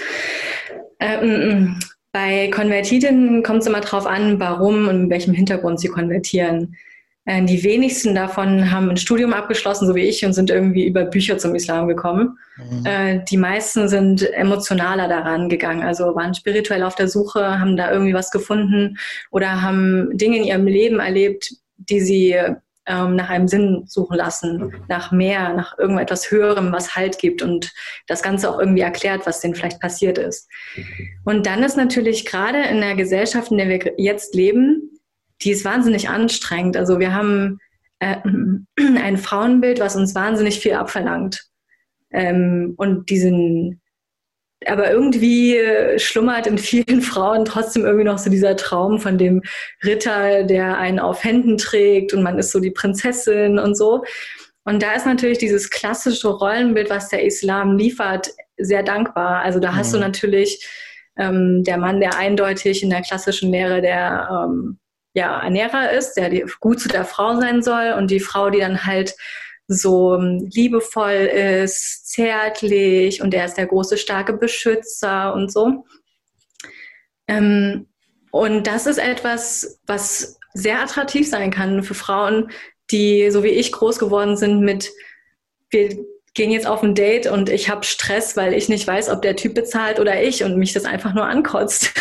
Ähm, Bei Konvertiten kommt es immer drauf an, warum und mit welchem Hintergrund sie konvertieren. Äh, die wenigsten davon haben ein Studium abgeschlossen, so wie ich, und sind irgendwie über Bücher zum Islam gekommen. Mhm. Äh, die meisten sind emotionaler daran gegangen, also waren spirituell auf der Suche, haben da irgendwie was gefunden oder haben Dinge in ihrem Leben erlebt, die sie ähm, nach einem Sinn suchen lassen, nach mehr, nach irgendetwas Höherem, was Halt gibt und das Ganze auch irgendwie erklärt, was denen vielleicht passiert ist. Und dann ist natürlich gerade in der Gesellschaft, in der wir jetzt leben, die ist wahnsinnig anstrengend. Also wir haben äh, ein Frauenbild, was uns wahnsinnig viel abverlangt. Ähm, und diesen, aber irgendwie schlummert in vielen Frauen trotzdem irgendwie noch so dieser Traum von dem Ritter, der einen auf Händen trägt und man ist so die Prinzessin und so. Und da ist natürlich dieses klassische Rollenbild, was der Islam liefert, sehr dankbar. Also da hast mhm. du natürlich ähm, der Mann, der eindeutig in der klassischen Lehre der ähm, ja, Ernährer ist, der die, gut zu der Frau sein soll und die Frau, die dann halt so liebevoll ist, zärtlich und er ist der große, starke Beschützer und so. Ähm, und das ist etwas, was sehr attraktiv sein kann für Frauen, die, so wie ich, groß geworden sind mit, wir gehen jetzt auf ein Date und ich habe Stress, weil ich nicht weiß, ob der Typ bezahlt oder ich und mich das einfach nur ankotzt.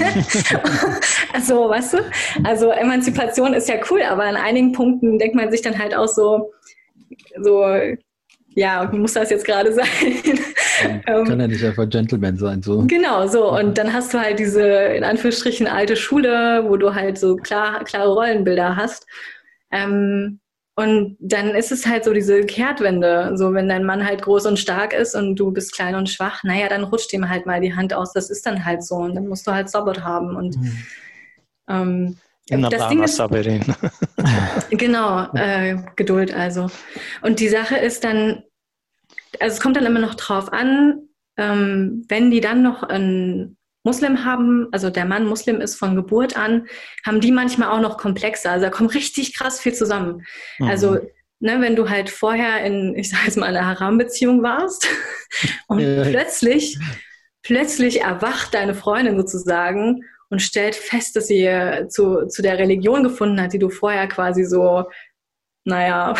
Also, weißt du? Also Emanzipation ist ja cool, aber an einigen Punkten denkt man sich dann halt auch so, so, ja, muss das jetzt gerade sein? Kann ähm, ja nicht einfach Gentleman sein, so. Genau, so. Und dann hast du halt diese, in Anführungsstrichen, alte Schule, wo du halt so klar, klare Rollenbilder hast. Ähm, und dann ist es halt so diese Kehrtwende. So, wenn dein Mann halt groß und stark ist und du bist klein und schwach, naja, dann rutscht ihm halt mal die Hand aus. Das ist dann halt so. Und dann musst du halt Sabbat haben. Und mhm. ähm, das Ding ist, genau, äh, Geduld also. Und die Sache ist dann, also es kommt dann immer noch drauf an, ähm, wenn die dann noch einen Muslim haben, also der Mann Muslim ist von Geburt an, haben die manchmal auch noch komplexer. Also da kommt richtig krass viel zusammen. Mhm. Also ne, wenn du halt vorher in, ich sag jetzt mal, einer Haram-Beziehung warst und ja. plötzlich, plötzlich erwacht deine Freundin sozusagen und stellt fest, dass sie zu, zu der Religion gefunden hat, die du vorher quasi so, naja,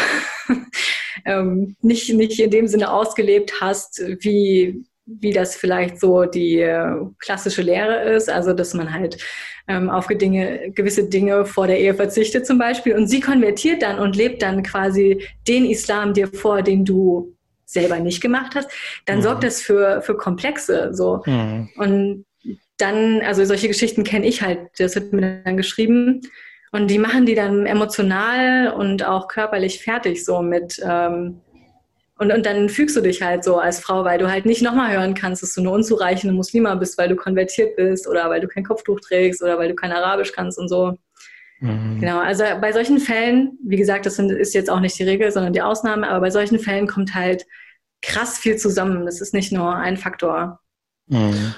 ähm, nicht, nicht in dem Sinne ausgelebt hast, wie, wie das vielleicht so die äh, klassische Lehre ist, also dass man halt ähm, auf Dinge, gewisse Dinge vor der Ehe verzichtet zum Beispiel, und sie konvertiert dann und lebt dann quasi den Islam dir vor, den du selber nicht gemacht hast, dann mhm. sorgt das für, für Komplexe, so. Mhm. Und dann, also solche Geschichten kenne ich halt, das wird mir dann geschrieben, und die machen die dann emotional und auch körperlich fertig, so mit, ähm, Und, und dann fügst du dich halt so als Frau, weil du halt nicht nochmal hören kannst, dass du eine unzureichende Muslima bist, weil du konvertiert bist oder weil du kein Kopftuch trägst oder weil du kein Arabisch kannst und so. Mhm. Genau, also bei solchen Fällen, wie gesagt, das sind, ist jetzt auch nicht die Regel, sondern die Ausnahme, aber bei solchen Fällen kommt halt krass viel zusammen. Das ist nicht nur ein Faktor. Mhm.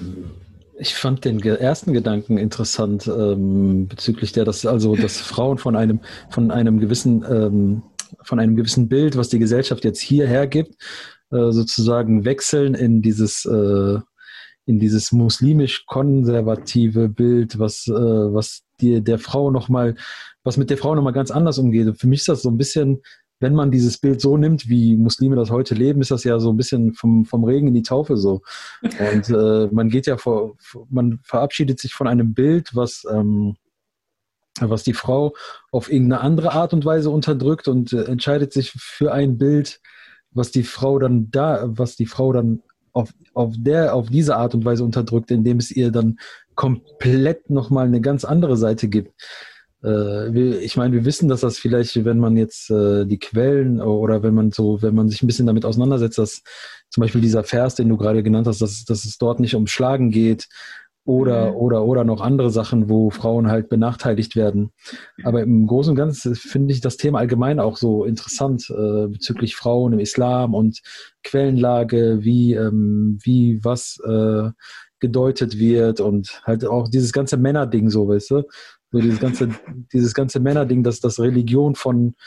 Ich fand den ersten Gedanken interessant, ähm, bezüglich der, dass also dass Frauen von einem, von einem gewissen ähm, von einem gewissen Bild, was die Gesellschaft jetzt hierher gibt, äh, sozusagen wechseln in dieses, äh, in dieses muslimisch-konservative Bild, was, äh, was die, der Frau noch mal, was mit der Frau nochmal ganz anders umgeht. Und für mich ist das so ein bisschen, wenn man dieses Bild so nimmt, wie Muslime das heute leben, ist das ja so ein bisschen vom, vom Regen in die Taufe so. Und äh, man geht ja vor, man verabschiedet sich von einem Bild, was, ähm, was die Frau auf irgendeine andere Art und Weise unterdrückt, und äh, entscheidet sich für ein Bild, was die Frau dann da, was die Frau dann auf, auf der, auf diese Art und Weise unterdrückt, indem es ihr dann komplett nochmal eine ganz andere Seite gibt. Äh, wir, ich meine, wir wissen, dass das vielleicht, wenn man jetzt äh, die Quellen oder wenn man so, wenn man sich ein bisschen damit auseinandersetzt, dass zum Beispiel dieser Vers, den du gerade genannt hast, dass, dass es dort nicht ums Schlagen geht, Oder, mhm. oder, oder noch andere Sachen, wo Frauen halt benachteiligt werden. Aber im Großen und Ganzen finde ich das Thema allgemein auch so interessant, äh, bezüglich Frauen im Islam und Quellenlage, wie, ähm, wie was äh, gedeutet wird, und halt auch dieses ganze Männerding, so, weißt du? So dieses ganze, dieses ganze Männerding, dass das Religion von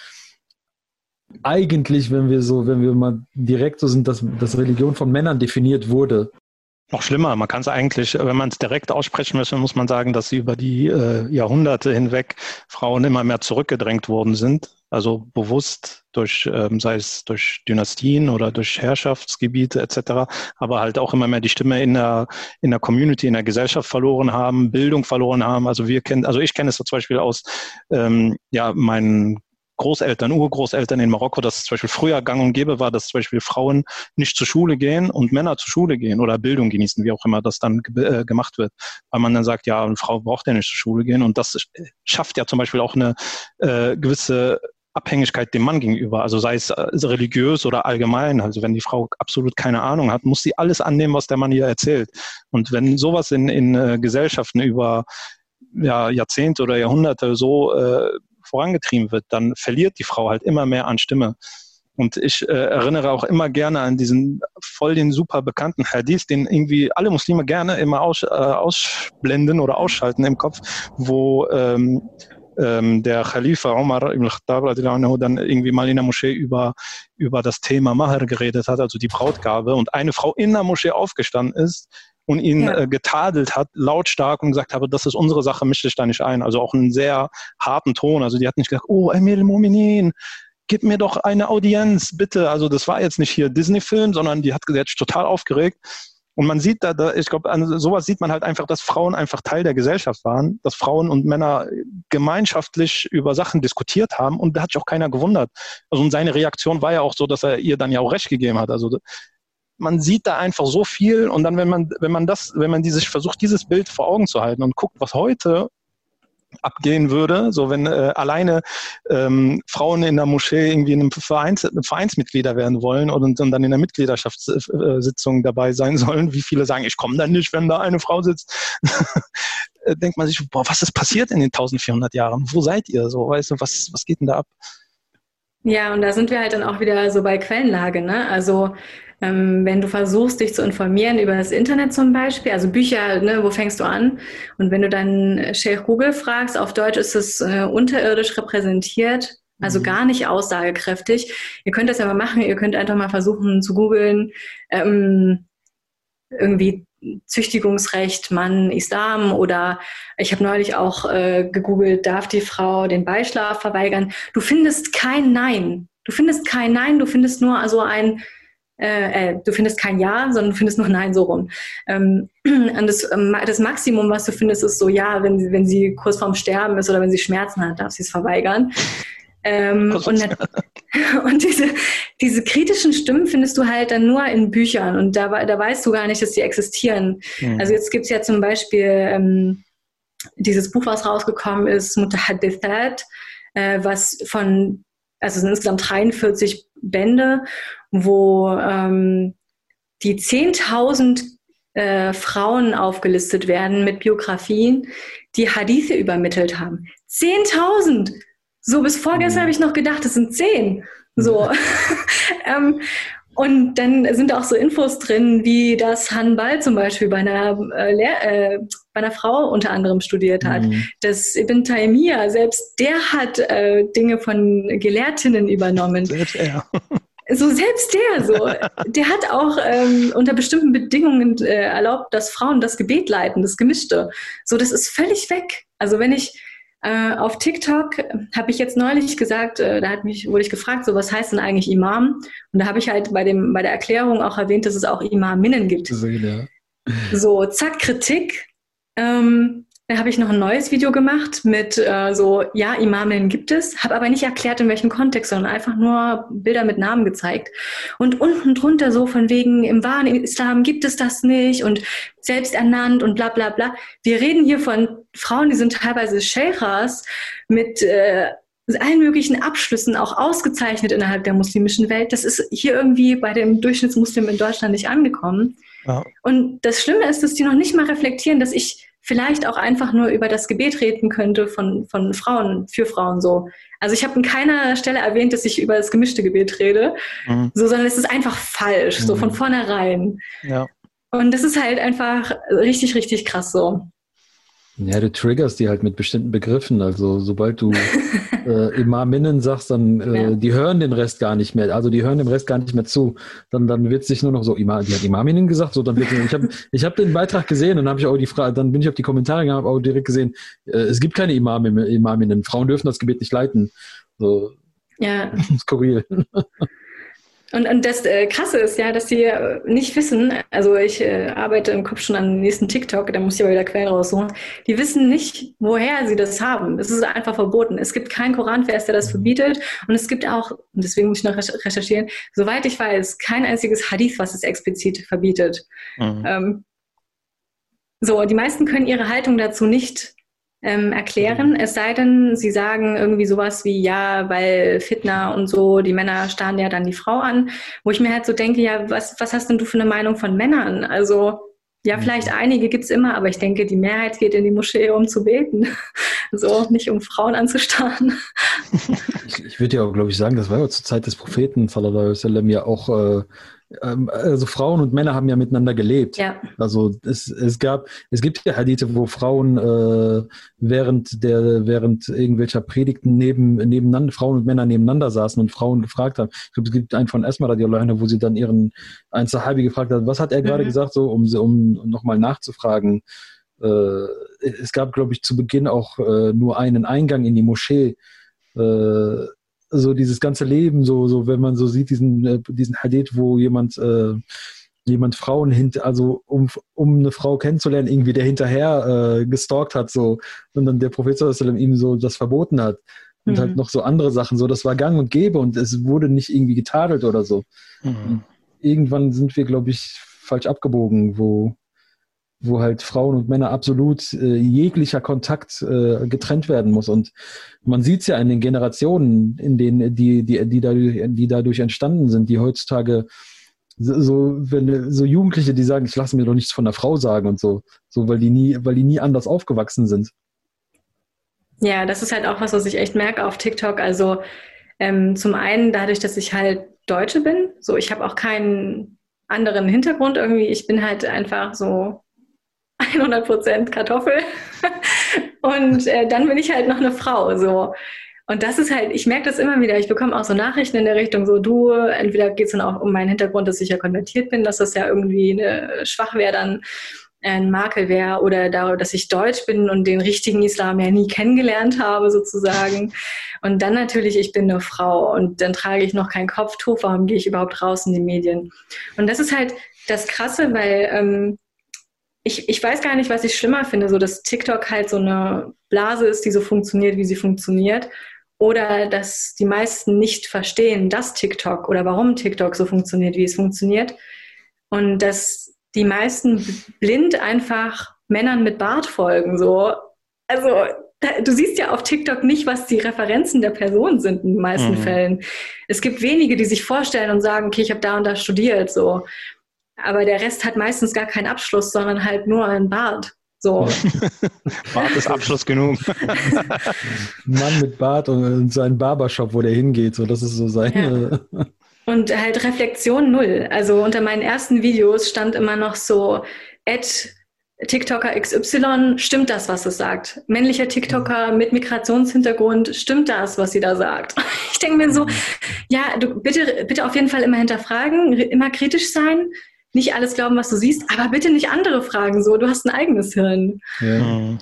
eigentlich, wenn wir so, wenn wir mal direkt so sind, dass, dass Religion von Männern definiert wurde. Noch schlimmer, man kann es eigentlich, wenn man es direkt aussprechen möchte, muss man sagen, dass sie über die äh, Jahrhunderte hinweg Frauen immer mehr zurückgedrängt worden sind. Also bewusst durch, ähm, sei es durch Dynastien oder durch Herrschaftsgebiete et cetera, aber halt auch immer mehr die Stimme in der in der Community, in der Gesellschaft verloren haben, Bildung verloren haben. Also wir kennen, also ich kenne es zum Beispiel aus ähm, ja meinen Großeltern, Urgroßeltern in Marokko, dass es zum Beispiel früher gang und gäbe war, dass zum Beispiel Frauen nicht zur Schule gehen und Männer zur Schule gehen oder Bildung genießen, wie auch immer das dann ge- äh, gemacht wird. Weil man dann sagt, ja, eine Frau braucht ja nicht zur Schule gehen, und das schafft ja zum Beispiel auch eine äh, gewisse Abhängigkeit dem Mann gegenüber, also sei es äh, religiös oder allgemein. Also wenn die Frau absolut keine Ahnung hat, muss sie alles annehmen, was der Mann ihr erzählt. Und wenn sowas in, in äh, Gesellschaften über ja, Jahrzehnte oder Jahrhunderte so äh, vorangetrieben wird, dann verliert die Frau halt immer mehr an Stimme. Und ich äh, erinnere auch immer gerne an diesen voll den super bekannten Hadith, den irgendwie alle Muslime gerne immer aus, äh, ausblenden oder ausschalten im Kopf, wo ähm, ähm, der Khalifa Umar ibn Khattab dann irgendwie mal in der Moschee über, über das Thema Mahr geredet hat, also die Brautgabe, und eine Frau in der Moschee aufgestanden ist und ihn ja. äh, getadelt hat, lautstark, und gesagt habe, das ist unsere Sache, misch dich da nicht ein. Also auch einen sehr harten Ton. Also die hat nicht gesagt, oh, Emir al-Mu'minin, gib mir doch eine Audienz, bitte. Also das war jetzt nicht hier Disney-Film, sondern die hat gesagt, total aufgeregt. Und man sieht da, da ich glaube, an sowas sieht man halt einfach, dass Frauen einfach Teil der Gesellschaft waren, dass Frauen und Männer gemeinschaftlich über Sachen diskutiert haben, und da hat sich auch keiner gewundert. Also und seine Reaktion war ja auch so, dass er ihr dann ja auch recht gegeben hat. Also man sieht da einfach so viel, und dann, wenn man, wenn man das, wenn man die sich versucht, dieses Bild vor Augen zu halten und guckt, was heute abgehen würde, so wenn äh, alleine ähm, Frauen in der Moschee irgendwie in einem Vereins, Vereinsmitglieder werden wollen und, und dann in der Mitgliedschaftssitzung dabei sein sollen, wie viele sagen, ich komme da nicht, wenn da eine Frau sitzt, denkt man sich, boah, was ist passiert in den eintausendvierhundert Jahren? Wo seid ihr so? Weißt du, was, was geht denn da ab? Ja, und da sind wir halt dann auch wieder so bei Quellenlage, ne? Also ähm, wenn du versuchst, dich zu informieren über das Internet zum Beispiel, also Bücher, ne, wo fängst du an? Und wenn du dann Sheikh Google fragst, auf Deutsch ist es äh, unterirdisch repräsentiert, also mhm. gar nicht aussagekräftig. Ihr könnt das ja mal machen, ihr könnt einfach mal versuchen zu googeln, ähm, irgendwie Züchtigungsrecht, Mann, Islam, oder ich habe neulich auch äh, gegoogelt, darf die Frau den Beischlaf verweigern? Du findest kein Nein. Du findest kein Nein, du findest nur also ein, äh, äh, du findest kein Ja, sondern du findest nur Nein, so rum. Ähm, und das, ähm, das Maximum, was du findest, ist so, ja, wenn sie, wenn sie kurz vorm Sterben ist oder wenn sie Schmerzen hat, darf sie es verweigern. Ähm, und und diese, diese kritischen Stimmen findest du halt dann nur in Büchern, und da, da weißt du gar nicht, dass die existieren. Mhm. Also jetzt gibt es ja zum Beispiel ähm, dieses Buch, was rausgekommen ist, Mutahaddithat, äh, was von, also es sind insgesamt dreiundvierzig Bände, wo ähm, die zehntausend äh, Frauen aufgelistet werden mit Biografien, die Hadithe übermittelt haben. zehntausend! So, bis vorgestern habe ich noch gedacht, es sind zehn. So. ähm, und dann sind auch so Infos drin, wie das Hanbal zum Beispiel bei einer, äh, Lehr- äh, bei einer Frau unter anderem studiert hat. Mhm. Dass Ibn Taymiyyah, selbst der hat äh, Dinge von Gelehrtinnen übernommen. Selbst er. So, selbst der, so. Der hat auch ähm, unter bestimmten Bedingungen äh, erlaubt, dass Frauen das Gebet leiten, das Gemischte. So, das ist völlig weg. Also wenn ich Äh, auf TikTok habe ich jetzt neulich gesagt, äh, da hat mich, wurde ich gefragt, so was heißt denn eigentlich Imam? Und da habe ich halt bei dem bei der Erklärung auch erwähnt, dass es auch Imaminnen gibt. So, ja. So, zack, Kritik. Ähm, da habe ich noch ein neues Video gemacht mit äh, so, ja, Imaminnen gibt es, habe aber nicht erklärt, in welchem Kontext, sondern einfach nur Bilder mit Namen gezeigt. Und unten drunter so von wegen, im wahren Islam gibt es das nicht und selbst ernannt und bla bla bla. Wir reden hier von Frauen, die sind teilweise Sheikhas mit äh, allen möglichen Abschlüssen, auch ausgezeichnet innerhalb der muslimischen Welt. Das ist hier irgendwie bei dem Durchschnittsmuslim in Deutschland nicht angekommen. Ja. Und das Schlimme ist, dass die noch nicht mal reflektieren, dass ich vielleicht auch einfach nur über das Gebet reden könnte von, von Frauen, für Frauen so. Also ich habe an keiner Stelle erwähnt, dass ich über das gemischte Gebet rede, mhm. so, sondern es ist einfach falsch, mhm. so von vornherein. Ja. Und das ist halt einfach richtig, richtig krass so. Ja, du triggerst die halt mit bestimmten Begriffen. Also sobald du äh, Imaminnen sagst, dann äh, ja. die hören den Rest gar nicht mehr. Also die hören dem Rest gar nicht mehr zu. Dann, dann wird es sich nur noch so, Ima, die hat Imaminnen gesagt, so dann wird ich habe ich hab den Beitrag gesehen und dann habe ich auch die Frage, dann bin ich auf die Kommentare gegangen, habe auch direkt gesehen, äh, es gibt keine Imam, Imaminnen. Frauen dürfen das Gebet nicht leiten. So ja. Skurril. Und, und das äh, Krasse ist ja, dass die äh, nicht wissen, also ich äh, arbeite im Kopf schon an dem nächsten TikTok, da muss ich aber wieder Quellen raussuchen, die wissen nicht, woher sie das haben. Es ist einfach verboten. Es gibt keinen Koranvers, der das verbietet, und es gibt auch, und deswegen muss ich noch recherchieren, soweit ich weiß, kein einziges Hadith, was es explizit verbietet. Mhm. Ähm, so, die meisten können ihre Haltung dazu nicht Ähm, erklären, es sei denn, sie sagen irgendwie sowas wie, ja, weil Fitna und so, die Männer starren ja dann die Frau an, wo ich mir halt so denke, ja, was, was hast denn du für eine Meinung von Männern? Also, ja, vielleicht einige gibt's immer, aber ich denke, die Mehrheit geht in die Moschee, um zu beten. So, nicht um Frauen anzustarren. Ich, ich würde ja auch, glaube ich, sagen, das war ja zur Zeit des Propheten, sallallahu alaihi wasallam, ja auch äh, also Frauen und Männer haben ja miteinander gelebt. Ja. Also es, es gab, es gibt ja Hadithe, wo Frauen äh, während der, während irgendwelcher Predigten neben, nebeneinander, Frauen und Männer nebeneinander saßen und Frauen gefragt haben. Ich glaube, es gibt einen von Esma radiallahu anha, wo sie dann ihren, einen Sahabi gefragt hat, was hat er gerade mhm. gesagt, so, um, um nochmal nachzufragen. Äh, es gab, glaube ich, zu Beginn auch äh, nur einen Eingang in die Moschee. Äh, so dieses ganze Leben, so, so wenn man so sieht, diesen, äh, diesen Hadith, wo jemand, äh, jemand Frauen hinter, also um, um eine Frau kennenzulernen, irgendwie der hinterher äh, gestalkt hat, so, und dann der Prophet sallallahu alaihi wasallam ihm so das verboten hat. Und mhm. halt noch so andere Sachen, so, das war gang und gäbe und es wurde nicht irgendwie getadelt oder so. Mhm. Irgendwann sind wir, glaube ich, falsch abgebogen, wo wo halt Frauen und Männer absolut äh, jeglicher Kontakt äh, getrennt werden muss. Und man sieht es ja in den Generationen, in denen die, die, die, dadurch, die dadurch entstanden sind, die heutzutage so, so, wenn, so Jugendliche, die sagen, ich lasse mir doch nichts von der Frau sagen und so, so weil die nie, weil die nie anders aufgewachsen sind. Ja, das ist halt auch was, was ich echt merke auf TikTok. Also ähm, zum einen dadurch, dass ich halt Deutsche bin, so ich habe auch keinen anderen Hintergrund irgendwie. Ich bin halt einfach so hundert Prozent Kartoffel und äh, dann bin ich halt noch eine Frau, so. Und das ist halt, ich merke das immer wieder, ich bekomme auch so Nachrichten in der Richtung, so du, entweder geht es dann auch um meinen Hintergrund, dass ich ja konvertiert bin, dass das ja irgendwie eine Schwachwehr dann ein Makel wäre oder darüber, dass ich deutsch bin und den richtigen Islam ja nie kennengelernt habe sozusagen. Und dann natürlich, ich bin eine Frau und dann trage ich noch kein Kopftuch, warum gehe ich überhaupt raus in die Medien? Und das ist halt das Krasse, weil ähm, ich, ich weiß gar nicht, was ich schlimmer finde, so dass TikTok halt so eine Blase ist, die so funktioniert, wie sie funktioniert. Oder dass die meisten nicht verstehen, dass TikTok oder warum TikTok so funktioniert, wie es funktioniert. Und dass die meisten blind einfach Männern mit Bart folgen. So. Also da, du siehst ja auf TikTok nicht, was die Referenzen der Person sind in den meisten mhm. Fällen. Es gibt wenige, die sich vorstellen und sagen, okay, ich habe da und da studiert. So. Aber der Rest hat meistens gar keinen Abschluss, sondern halt nur einen Bart. So. Bart ist Abschluss genug. Mann mit Bart und sein Barbershop, wo der hingeht, so, das ist so seine. Ja. Und halt Reflexion null. Also unter meinen ersten Videos stand immer noch so, at TikToker X Y, stimmt das, was es sagt? Männlicher TikToker mit Migrationshintergrund, stimmt das, was sie da sagt? Ich denke mir so, ja, du bitte, bitte auf jeden Fall immer hinterfragen, immer kritisch sein. Nicht alles glauben, was du siehst, aber bitte nicht andere fragen. So, du hast ein eigenes Hirn. Ja.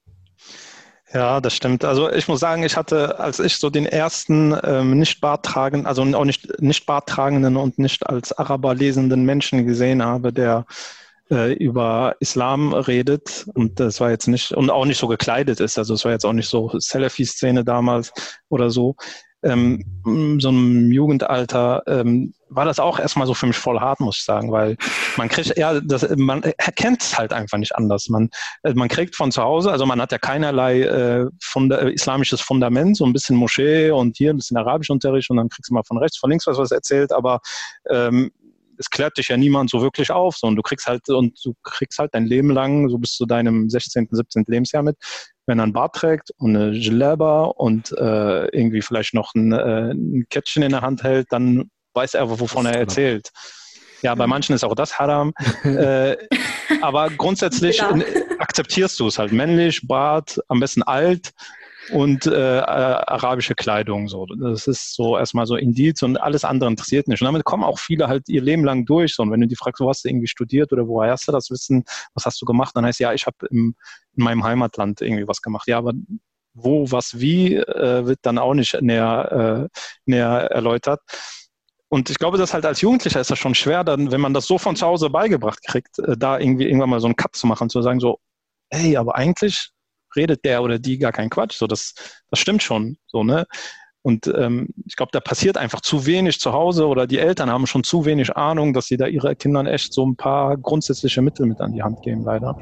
Ja, das stimmt. Also ich muss sagen, ich hatte, als ich so den ersten ähm, nicht barttragenden, also auch nicht, nicht barttragenden und nicht als Araber lesenden Menschen gesehen habe, der äh, über Islam redet, und das war jetzt nicht, und auch nicht so gekleidet ist, also es war jetzt auch nicht so Salafi-Szene damals oder so, ähm, so einem Jugendalter, ähm, war das auch erstmal so für mich voll hart, muss ich sagen, weil man kriegt, ja, das, man erkennt es halt einfach nicht anders. Man, man kriegt von zu Hause, also man hat ja keinerlei äh, funda- islamisches Fundament, so ein bisschen Moschee und hier ein bisschen Arabischunterricht und dann kriegst du mal von rechts, von links was was erzählt, aber ähm, es klärt dich ja niemand so wirklich auf, so, und du kriegst halt, und du kriegst halt dein Leben lang, so bis zu deinem sechzehnten, siebzehnten Lebensjahr mit, wenn er einen Bart trägt und eine Jalaba und äh, irgendwie vielleicht noch ein, äh, ein Kettchen in der Hand hält, dann weiß er, wovon er erzählt. Ja, bei manchen ist auch das Haram. äh, aber grundsätzlich ja. akzeptierst du es halt. Männlich, Bart, am besten alt und äh, äh, arabische Kleidung. So. Das ist so erstmal so Indiz und alles andere interessiert nicht. Und damit kommen auch viele halt ihr Leben lang durch. So. Und wenn du die fragst, wo hast du irgendwie studiert oder woher hast du das Wissen, was hast du gemacht, dann heißt ja, ich habe in meinem Heimatland irgendwie was gemacht. Ja, aber wo, was, wie, äh, wird dann auch nicht näher, äh, näher erläutert. Und ich glaube, dass halt als Jugendlicher ist das schon schwer, dann, wenn man das so von zu Hause beigebracht kriegt, da irgendwie irgendwann mal so einen Cut zu machen, zu sagen so, hey, aber eigentlich redet der oder die gar keinen Quatsch, so das, das stimmt schon, so, ne? Und ähm, ich glaube, da passiert einfach zu wenig zu Hause oder die Eltern haben schon zu wenig Ahnung, dass sie da ihre Kindern echt so ein paar grundsätzliche Mittel mit an die Hand geben, leider.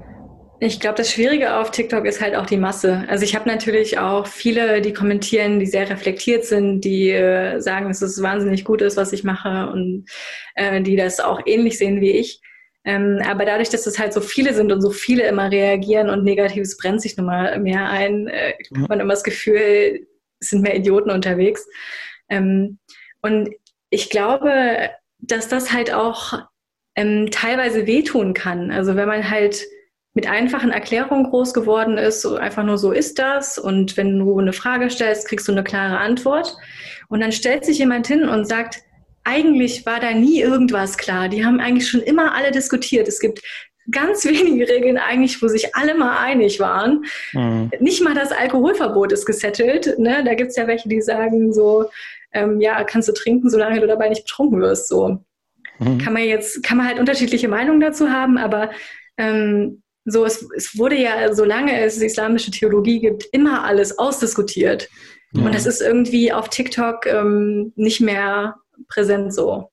Ich glaube, das Schwierige auf TikTok ist halt auch die Masse. Also ich habe natürlich auch viele, die kommentieren, die sehr reflektiert sind, die äh, sagen, dass es wahnsinnig gut ist, was ich mache, und äh, die das auch ähnlich sehen wie ich. Ähm, aber dadurch, dass es halt so viele sind und so viele immer reagieren und Negatives brennt sich nun mal mehr ein, äh, hat man immer das Gefühl, es sind mehr Idioten unterwegs. Ähm, und ich glaube, dass das halt auch ähm, teilweise wehtun kann. Also wenn man halt mit einfachen Erklärungen groß geworden ist, so einfach nur so ist das, und wenn du eine Frage stellst, kriegst du eine klare Antwort, und dann stellt sich jemand hin und sagt, eigentlich war da nie irgendwas klar, die haben eigentlich schon immer alle diskutiert, es gibt ganz wenige Regeln eigentlich, wo sich alle mal einig waren, mhm. Nicht mal das Alkoholverbot ist gesettelt, ne? Da gibt es ja welche, die sagen so, ähm, ja, kannst du trinken, solange du dabei nicht betrunken wirst, so. Mhm. Kann man jetzt, kann man halt unterschiedliche Meinungen dazu haben, aber ähm, So, es, es wurde ja, solange es islamische Theologie gibt, immer alles ausdiskutiert. Ja. Und das ist irgendwie auf TikTok ähm, nicht mehr präsent so.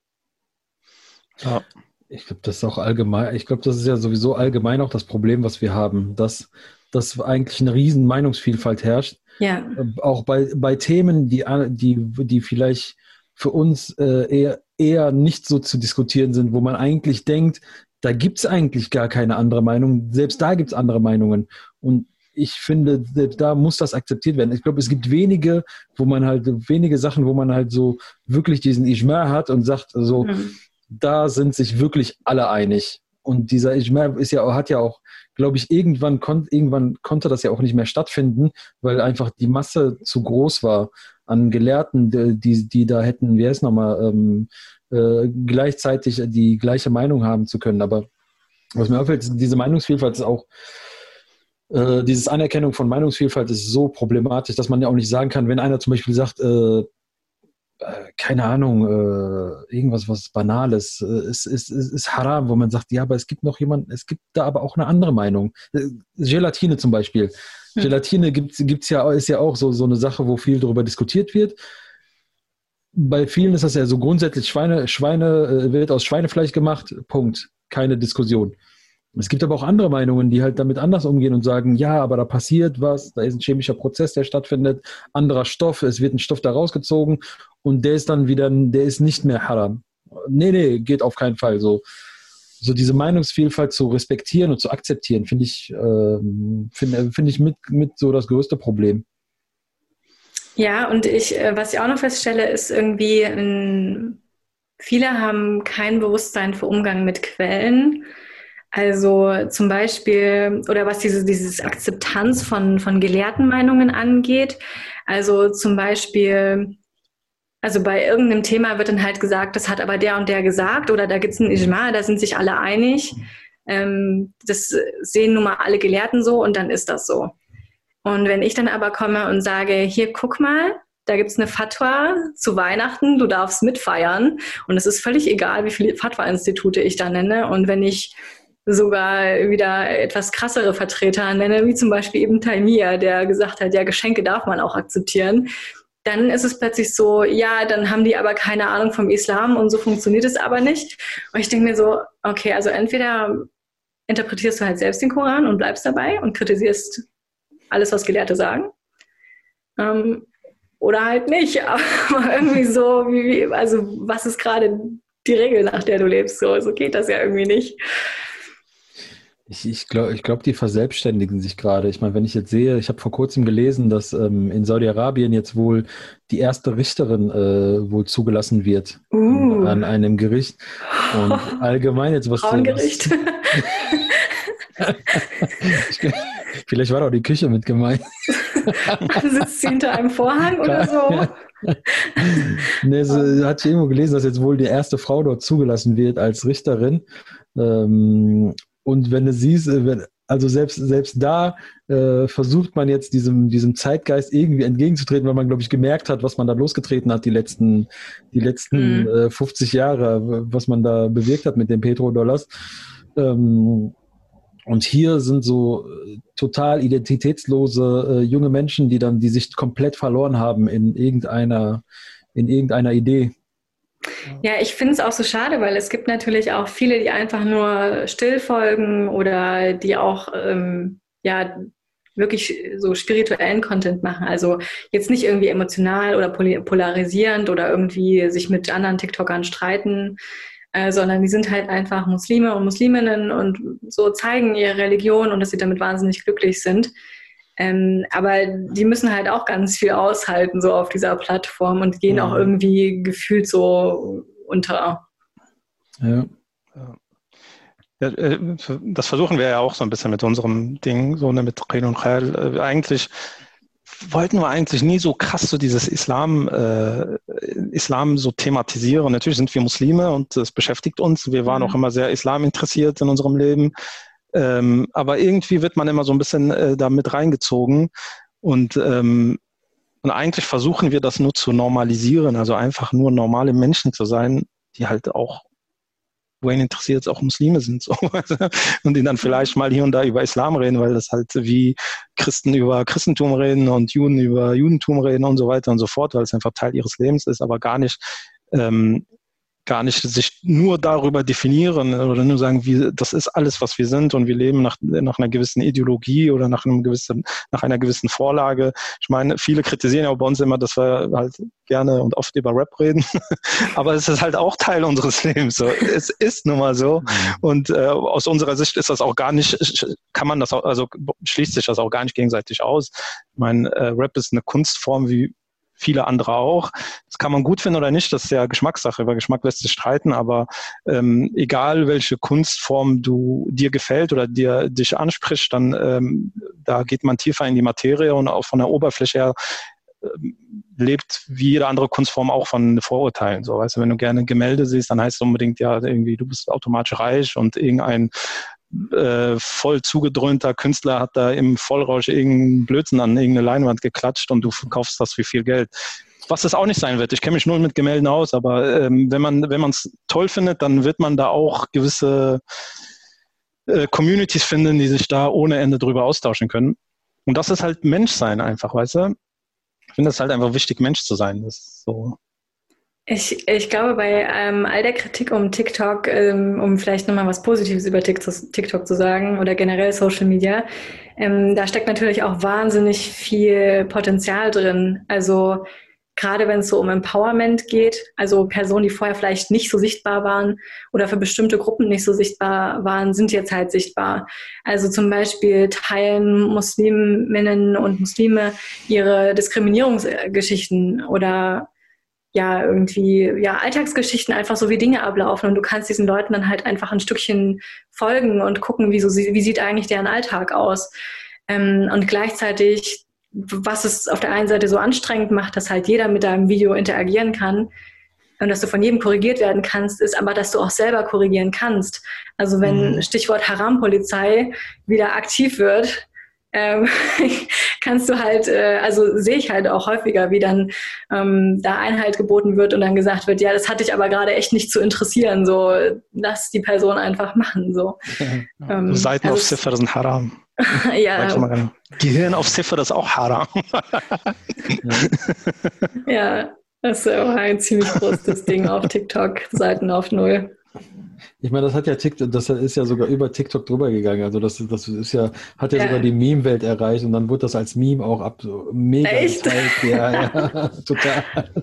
Ja, ich glaube, das ist auch allgemein, ich glaube, das ist ja sowieso allgemein auch das Problem, was wir haben, dass, dass eigentlich eine riesen Meinungsvielfalt herrscht. Ja. Auch bei, bei Themen, die, die, die vielleicht für uns äh, eher, eher nicht so zu diskutieren sind, wo man eigentlich denkt, da gibt es eigentlich gar keine andere Meinung. Selbst da gibt es andere Meinungen. Und ich finde, da muss das akzeptiert werden. Ich glaube, es gibt wenige, wo man halt, wenige Sachen, wo man halt so wirklich diesen Ijma hat und sagt, so, mhm. da sind sich wirklich alle einig. und dieser Ijma ist ja, hat ja auch, glaube ich, irgendwann, kon, irgendwann konnte das ja auch nicht mehr stattfinden, weil einfach die Masse zu groß war an Gelehrten, die, die da hätten, wie heißt es nochmal, ähm, äh, gleichzeitig die gleiche Meinung haben zu können. Aber was mir auffällt, diese Meinungsvielfalt ist auch, äh, diese Anerkennung von Meinungsvielfalt ist so problematisch, dass man ja auch nicht sagen kann, wenn einer zum Beispiel sagt, äh, äh, keine Ahnung, äh, irgendwas, was Banales, äh, ist, ist, ist, ist Haram, wo man sagt, ja, aber es gibt noch jemanden, es gibt da aber auch eine andere Meinung. Äh, Gelatine zum Beispiel. Hm. Gelatine gibt's, gibt's ja, ist ja auch so, so eine Sache, wo viel darüber diskutiert wird. Bei vielen ist das ja so grundsätzlich, Schweine, Schweine äh, wird aus Schweinefleisch gemacht, Punkt. Keine Diskussion. Es gibt aber auch andere Meinungen, die halt damit anders umgehen und sagen, ja, aber da passiert was, da ist ein chemischer Prozess, der stattfindet, anderer Stoff, es wird ein Stoff da rausgezogen und der ist dann wieder, der ist nicht mehr haram. Nee, nee, geht auf keinen Fall so. So diese Meinungsvielfalt zu respektieren und zu akzeptieren, finde ich, ähm, finde find ich mit, mit so das größte Problem. Ja, und ich, was ich auch noch feststelle, ist irgendwie, in, viele haben kein Bewusstsein für Umgang mit Quellen. Also zum Beispiel, oder was diese dieses Akzeptanz von, von gelehrten Meinungen angeht. Also zum Beispiel, also bei irgendeinem Thema wird dann halt gesagt, das hat aber der und der gesagt, oder da gibt es ein Ijma, da sind sich alle einig. Ähm, das sehen nun mal alle Gelehrten so und dann ist das so. Und wenn ich dann aber komme und sage, hier, guck mal, da gibt's eine Fatwa zu Weihnachten, du darfst mitfeiern. Und es ist völlig egal, wie viele Fatwa-Institute ich da nenne. Und wenn ich sogar wieder etwas krassere Vertreter nenne, wie zum Beispiel Ibn Taymiyyah, der gesagt hat, ja, Geschenke darf man auch akzeptieren, dann ist es plötzlich so, ja, dann haben die aber keine Ahnung vom Islam und so funktioniert es aber nicht. Und ich denke mir so, okay, also entweder interpretierst du halt selbst den Koran und bleibst dabei und kritisierst alles, was Gelehrte sagen. Ähm, oder halt nicht. Aber irgendwie so, wie, also was ist gerade die Regel, nach der du lebst? So, so geht das ja irgendwie nicht. Ich, ich glaube, ich glaub, die verselbstständigen sich gerade. Ich meine, wenn ich jetzt sehe, ich habe vor kurzem gelesen, dass ähm, in Saudi-Arabien jetzt wohl die erste Richterin äh, wohl zugelassen wird uh. an einem Gericht. Und allgemein jetzt was... Frauengericht. ich, vielleicht war doch die Küche mit gemeint. Sitzt sie hinter einem Vorhang oder so? Nee, so hatte ich irgendwo gelesen, dass jetzt wohl die erste Frau dort zugelassen wird als Richterin. Ähm, und wenn du siehst, wenn, also selbst, selbst da äh, versucht man jetzt diesem, diesem Zeitgeist irgendwie entgegenzutreten, weil man, glaube ich, gemerkt hat, was man da losgetreten hat die letzten, die letzten mhm. äh, fünfzig Jahre, was man da bewirkt hat mit den Petrodollars. Ähm, Und hier sind so total identitätslose äh, junge Menschen, die dann, die sich komplett verloren haben in irgendeiner, in irgendeiner Idee. Ja, ich finde es auch so schade, weil es gibt natürlich auch viele, die einfach nur still folgen oder die auch ähm, ja wirklich so spirituellen Content machen. Also jetzt nicht irgendwie emotional oder polarisierend oder irgendwie sich mit anderen TikTokern streiten, Äh, sondern die sind halt einfach Muslime und Musliminnen und so zeigen ihre Religion und dass sie damit wahnsinnig glücklich sind. Ähm, aber die müssen halt auch ganz viel aushalten so auf dieser Plattform und gehen mhm. auch irgendwie gefühlt so unter. Ja. Ja, das versuchen wir ja auch so ein bisschen mit unserem Ding, so mit Qil und Khayal. Eigentlich wollten wir eigentlich nie so krass so dieses Islam, äh, Islam so thematisieren. Natürlich sind wir Muslime und es beschäftigt uns. Wir waren mhm. auch immer sehr Islam interessiert in unserem Leben. Ähm, aber irgendwie wird man immer so ein bisschen äh, da mit reingezogen. Und, ähm, und eigentlich versuchen wir das nur zu normalisieren, also einfach nur normale Menschen zu sein, die halt auch wohin interessiert es auch Muslime sind so. Und die dann vielleicht mal hier und da über Islam reden, weil das halt wie Christen über Christentum reden und Juden über Judentum reden und so weiter und so fort, weil es einfach Teil ihres Lebens ist, aber gar nicht ähm, gar nicht sich nur darüber definieren oder nur sagen, wie, das ist alles, was wir sind und wir leben nach, nach einer gewissen Ideologie oder nach einem gewissen, nach einer gewissen Vorlage. Ich meine, viele kritisieren ja bei uns immer, dass wir halt gerne und oft über Rap reden, aber es ist halt auch Teil unseres Lebens. So. Es ist nun mal so und äh, aus unserer Sicht ist das auch gar nicht, kann man das auch, also schließt sich das auch gar nicht gegenseitig aus. Ich meine, äh, Rap ist eine Kunstform wie viele andere auch. Das kann man gut finden oder nicht, das ist ja Geschmackssache. Über Geschmack lässt sich streiten, aber ähm, egal welche Kunstform du dir gefällt oder dir dich anspricht, dann ähm, da geht man tiefer in die Materie und auch von der Oberfläche her äh, lebt wie jede andere Kunstform auch von Vorurteilen. So, weißt du, wenn du gerne Gemälde siehst, dann heißt es unbedingt, ja, irgendwie, du bist automatisch reich und irgendein Äh, voll zugedröhnter Künstler hat da im Vollrausch irgendeinen Blödsinn an irgendeine Leinwand geklatscht und du verkaufst das für viel Geld. Was es auch nicht sein wird. Ich kenne mich null mit Gemälden aus, aber ähm, wenn man wenn man es toll findet, dann wird man da auch gewisse äh, Communities finden, die sich da ohne Ende drüber austauschen können. Und das ist halt Menschsein einfach, weißt du? Ich finde es halt einfach wichtig, Mensch zu sein. Das ist so. Ich, ich glaube, bei ähm, all der Kritik um TikTok, ähm, um vielleicht nochmal was Positives über TikTok, TikTok zu sagen oder generell Social Media, ähm, da steckt natürlich auch wahnsinnig viel Potenzial drin. Also gerade wenn es so um Empowerment geht, also Personen, die vorher vielleicht nicht so sichtbar waren oder für bestimmte Gruppen nicht so sichtbar waren, sind jetzt halt sichtbar. Also zum Beispiel teilen Musliminnen und Muslime ihre Diskriminierungsgeschichten oder ja, irgendwie, ja, Alltagsgeschichten einfach so, wie Dinge ablaufen und du kannst diesen Leuten dann halt einfach ein Stückchen folgen und gucken, wie, so, wie sieht eigentlich deren Alltag aus. Ähm, und gleichzeitig, was es auf der einen Seite so anstrengend macht, dass halt jeder mit deinem Video interagieren kann und dass du von jedem korrigiert werden kannst, ist aber, dass du auch selber korrigieren kannst. Also wenn mhm. Stichwort Haram-Polizei wieder aktiv wird, Ähm, kannst du halt, äh, also sehe ich halt auch häufiger, wie dann ähm, da Einhalt geboten wird und dann gesagt wird, ja, das hat dich aber gerade echt nicht zu interessieren, so, lass die Person einfach machen, so. Ja. Ähm, Seiten also auf Ziffer sind haram. Ja. Gehirn auf Ziffer ist auch haram. Ja, das ist auch ein ziemlich großes Ding auf TikTok, Seiten auf Null. Ich meine, das hat ja TikTok, das ist ja sogar über TikTok drüber gegangen. Also das, das ist ja, hat ja, ja. sogar die Meme-Welt erreicht und dann wurde das als Meme auch ab so mega geteilt. Ja, ja, total.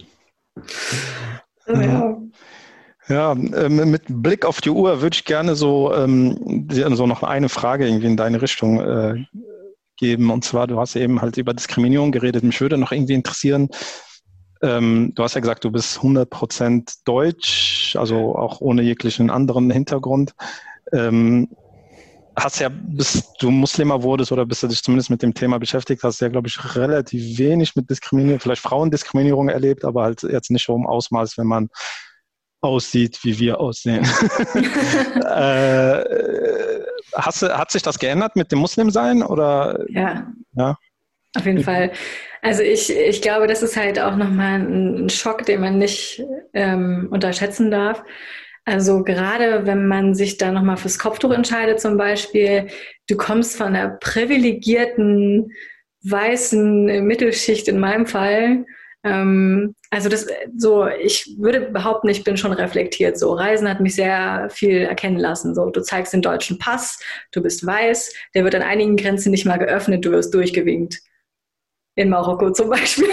Oh, ja. Ja, ähm, mit Blick auf die Uhr würde ich gerne so, ähm, so noch eine Frage irgendwie in deine Richtung äh, geben. Und zwar, du hast eben halt über Diskriminierung geredet. Mich würde noch irgendwie interessieren, Ähm, du hast ja gesagt, du bist hundert Prozent deutsch, also auch ohne jeglichen anderen Hintergrund. Ähm, hast ja, bis du Muslima wurdest oder bis du dich zumindest mit dem Thema beschäftigt hast, ja, glaube ich, relativ wenig mit Diskriminierung, vielleicht Frauendiskriminierung erlebt, aber halt jetzt nicht so im Ausmaß, wenn man aussieht, wie wir aussehen. äh, hast du, hat sich das geändert mit dem Muslimsein? Oder? Ja. Ja. Auf jeden Fall. Also ich, ich glaube, das ist halt auch nochmal ein Schock, den man nicht ähm, unterschätzen darf. Also gerade wenn man sich da nochmal fürs Kopftuch entscheidet zum Beispiel, du kommst von einer privilegierten, weißen Mittelschicht in meinem Fall. Ähm, also das so, ich würde behaupten, ich bin schon reflektiert. So, Reisen hat mich sehr viel erkennen lassen. So, du zeigst den deutschen Pass, du bist weiß, der wird an einigen Grenzen nicht mal geöffnet, du wirst durchgewinkt. In Marokko zum Beispiel.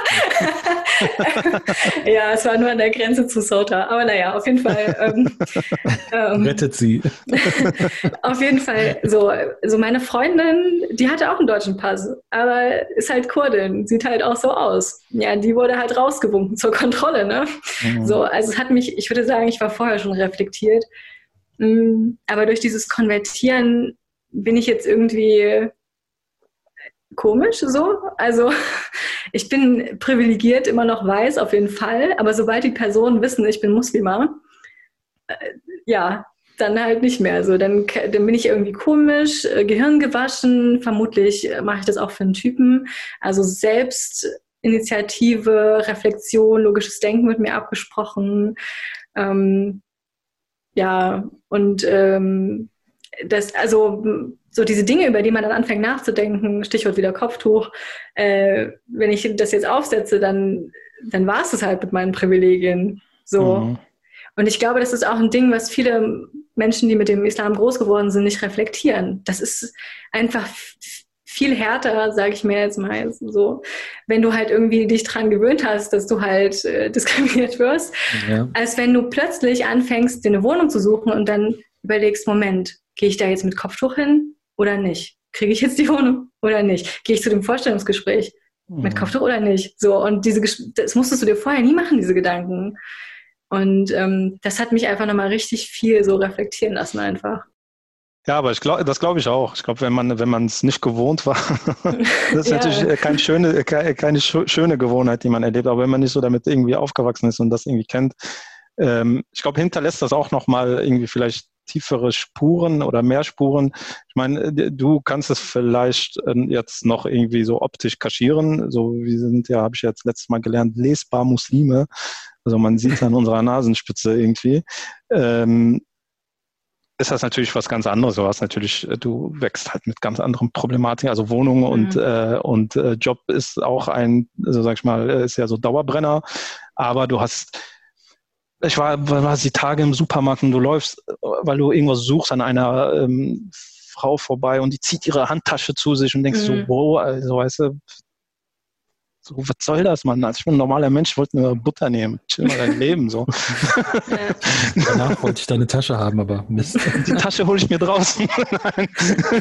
Ja, es war nur an der Grenze zu Ceuta. Aber naja, auf jeden Fall. Ähm, ähm, Rettet sie. Auf jeden Fall. So, so meine Freundin, die hatte auch einen deutschen Pass, aber ist halt Kurdin, sieht halt auch so aus. Ja, die wurde halt rausgewunken zur Kontrolle, ne? Mhm. So, also es hat mich, ich würde sagen, ich war vorher schon reflektiert. Aber durch dieses Konvertieren bin ich jetzt irgendwie komisch so. Also ich bin privilegiert, immer noch weiß, auf jeden Fall. Aber sobald die Personen wissen, ich bin Muslima, äh, ja, dann halt nicht mehr. Also dann, dann bin ich irgendwie komisch, äh, Gehirn gewaschen. Vermutlich mache ich das auch für einen Typen. Also Selbstinitiative, Reflexion, logisches Denken wird mir abgesprochen. Ähm, ja, und ähm, das, also so diese Dinge, über die man dann anfängt nachzudenken, Stichwort wieder Kopftuch, äh, wenn ich das jetzt aufsetze, dann, dann war es das halt mit meinen Privilegien. So. Mhm. Und ich glaube, das ist auch ein Ding, was viele Menschen, die mit dem Islam groß geworden sind, nicht reflektieren. Das ist einfach f- viel härter, sage ich mir jetzt mal so, wenn du halt irgendwie dich dran gewöhnt hast, dass du halt äh, diskriminiert wirst, ja. Als wenn du plötzlich anfängst, dir eine Wohnung zu suchen und dann überlegst, Moment, gehe ich da jetzt mit Kopftuch hin oder nicht? Kriege ich jetzt die Wohnung oder nicht? Gehe ich zu dem Vorstellungsgespräch? mit Kopftuch oder nicht? So, und diese, das musstest du dir vorher nie machen, diese Gedanken. Und ähm, das hat mich einfach nochmal richtig viel so reflektieren lassen einfach. Ja, aber ich glaube, das glaube ich auch. Ich glaube, wenn man, wenn man es nicht gewohnt war, das ist ja. natürlich keine schöne, keine, keine schöne Gewohnheit, die man erlebt. Aber wenn man nicht so damit irgendwie aufgewachsen ist und das irgendwie kennt, ähm, ich glaube, hinterlässt das auch nochmal irgendwie vielleicht tiefere Spuren oder mehr Spuren. Ich meine, du kannst es vielleicht jetzt noch irgendwie so optisch kaschieren. So, wir sind ja, habe ich jetzt letztes Mal gelernt, lesbar Muslime. Also man sieht es an unserer Nasenspitze irgendwie. Ähm, ist das natürlich was ganz anderes. Du hast natürlich, du wächst halt mit ganz anderen Problematiken, also Wohnung und mhm. äh, und äh, Job ist auch ein, also sag ich mal, ist ja so Dauerbrenner. Aber du hast, ich war, war die Tage im Supermarkt und du läufst, weil du irgendwas suchst, an einer ähm, Frau vorbei und die zieht ihre Handtasche zu sich und denkst mhm. so, wow, also weißt du, so, was soll das, Mann? Also ich bin ein normaler Mensch, wollte nur Butter nehmen. Chill mal dein Leben, so. Danach wollte ich deine Tasche haben, aber Mist. Die Tasche hole ich mir draußen. Nein.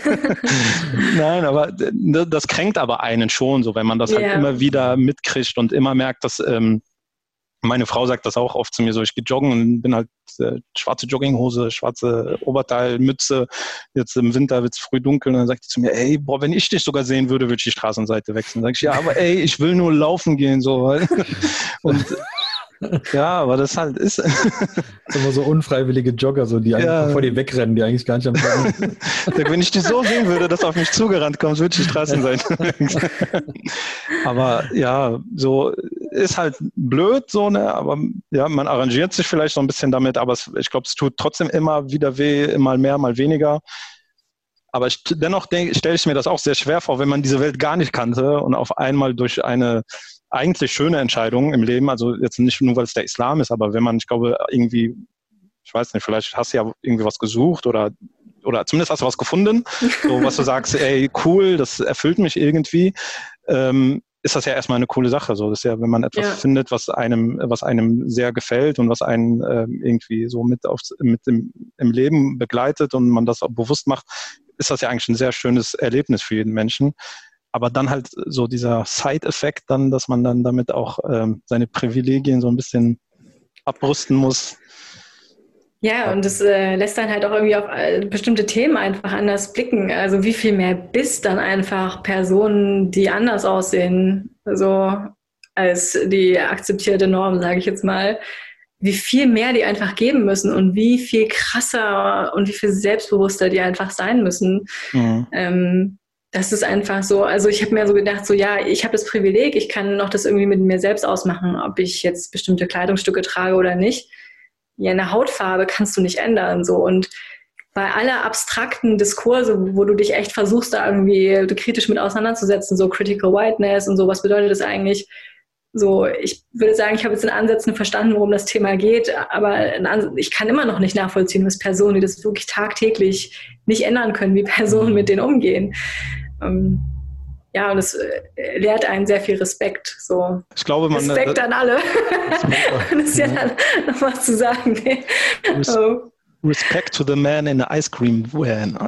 Nein, aber das kränkt aber einen schon, so, wenn man das yeah. halt immer wieder mitkriegt und immer merkt, dass ähm, meine Frau sagt das auch oft zu mir so, ich gehe joggen und bin halt äh, schwarze Jogginghose, schwarze Oberteil, Mütze, jetzt im Winter wird es früh dunkel und dann sagt sie zu mir, ey, boah, wenn ich dich sogar sehen würde, würde ich die Straßenseite wechseln. Dann sag ich, ja, aber ey, ich will nur laufen gehen, so. Und ja, aber das halt ist... Das sind immer so unfreiwillige Jogger, so, die ja. einfach vor dir wegrennen, die eigentlich gar nicht am Joggen. Wenn ich dich so sehen würde, dass auf mich zugerannt kommt, würde ich die Straßenseite wechseln. Aber ja, so ist halt blöd, so, ne, aber ja, man arrangiert sich vielleicht so ein bisschen damit, aber es, ich glaube, es tut trotzdem immer wieder weh, mal mehr, mal weniger. Aber ich, dennoch stelle ich mir das auch sehr schwer vor, wenn man diese Welt gar nicht kannte und auf einmal durch eine eigentlich schöne Entscheidung im Leben, also jetzt nicht nur, weil es der Islam ist, aber wenn man, ich glaube, irgendwie, ich weiß nicht, vielleicht hast du ja irgendwie was gesucht oder oder zumindest hast du was gefunden, so was du sagst, ey, cool, das erfüllt mich irgendwie, ähm, ist das ja erstmal eine coole Sache. So, das ist ja, wenn man etwas ja. findet, was einem, was einem sehr gefällt und was einen ähm, irgendwie so mit aufs, mit im, im Leben begleitet und man das auch bewusst macht, ist das ja eigentlich ein sehr schönes Erlebnis für jeden Menschen. Aber dann halt so dieser Side-Effekt dann, dass man dann damit auch ähm, seine Privilegien so ein bisschen abrüsten muss. Ja, und das äh, lässt dann halt auch irgendwie auf äh, bestimmte Themen einfach anders blicken. Also wie viel mehr bist dann einfach Personen, die anders aussehen, so als die akzeptierte Norm, sage ich jetzt mal. Wie viel mehr die einfach geben müssen und wie viel krasser und wie viel selbstbewusster die einfach sein müssen. Mhm. Ähm, das ist einfach so, also ich habe mir so gedacht, so ja, ich habe das Privileg, ich kann noch das irgendwie mit mir selbst ausmachen, ob ich jetzt bestimmte Kleidungsstücke trage oder nicht. Ja, eine Hautfarbe kannst du nicht ändern, so. Und bei aller abstrakten Diskurse, wo du dich echt versuchst, da irgendwie kritisch mit auseinanderzusetzen, so Critical Whiteness und so, was bedeutet das eigentlich? So, ich würde sagen, ich habe jetzt in Ansätzen verstanden, worum das Thema geht, aber ich kann immer noch nicht nachvollziehen, was Personen, die das wirklich tagtäglich nicht ändern können, wie Personen mit denen umgehen. Ähm, ja, und es äh, lehrt einen sehr viel Respekt. So. Ich glaube, man, Respekt äh, an alle. Das ist ja dann noch was zu sagen. Nee. Res- oh. Respect to the man in the ice cream van.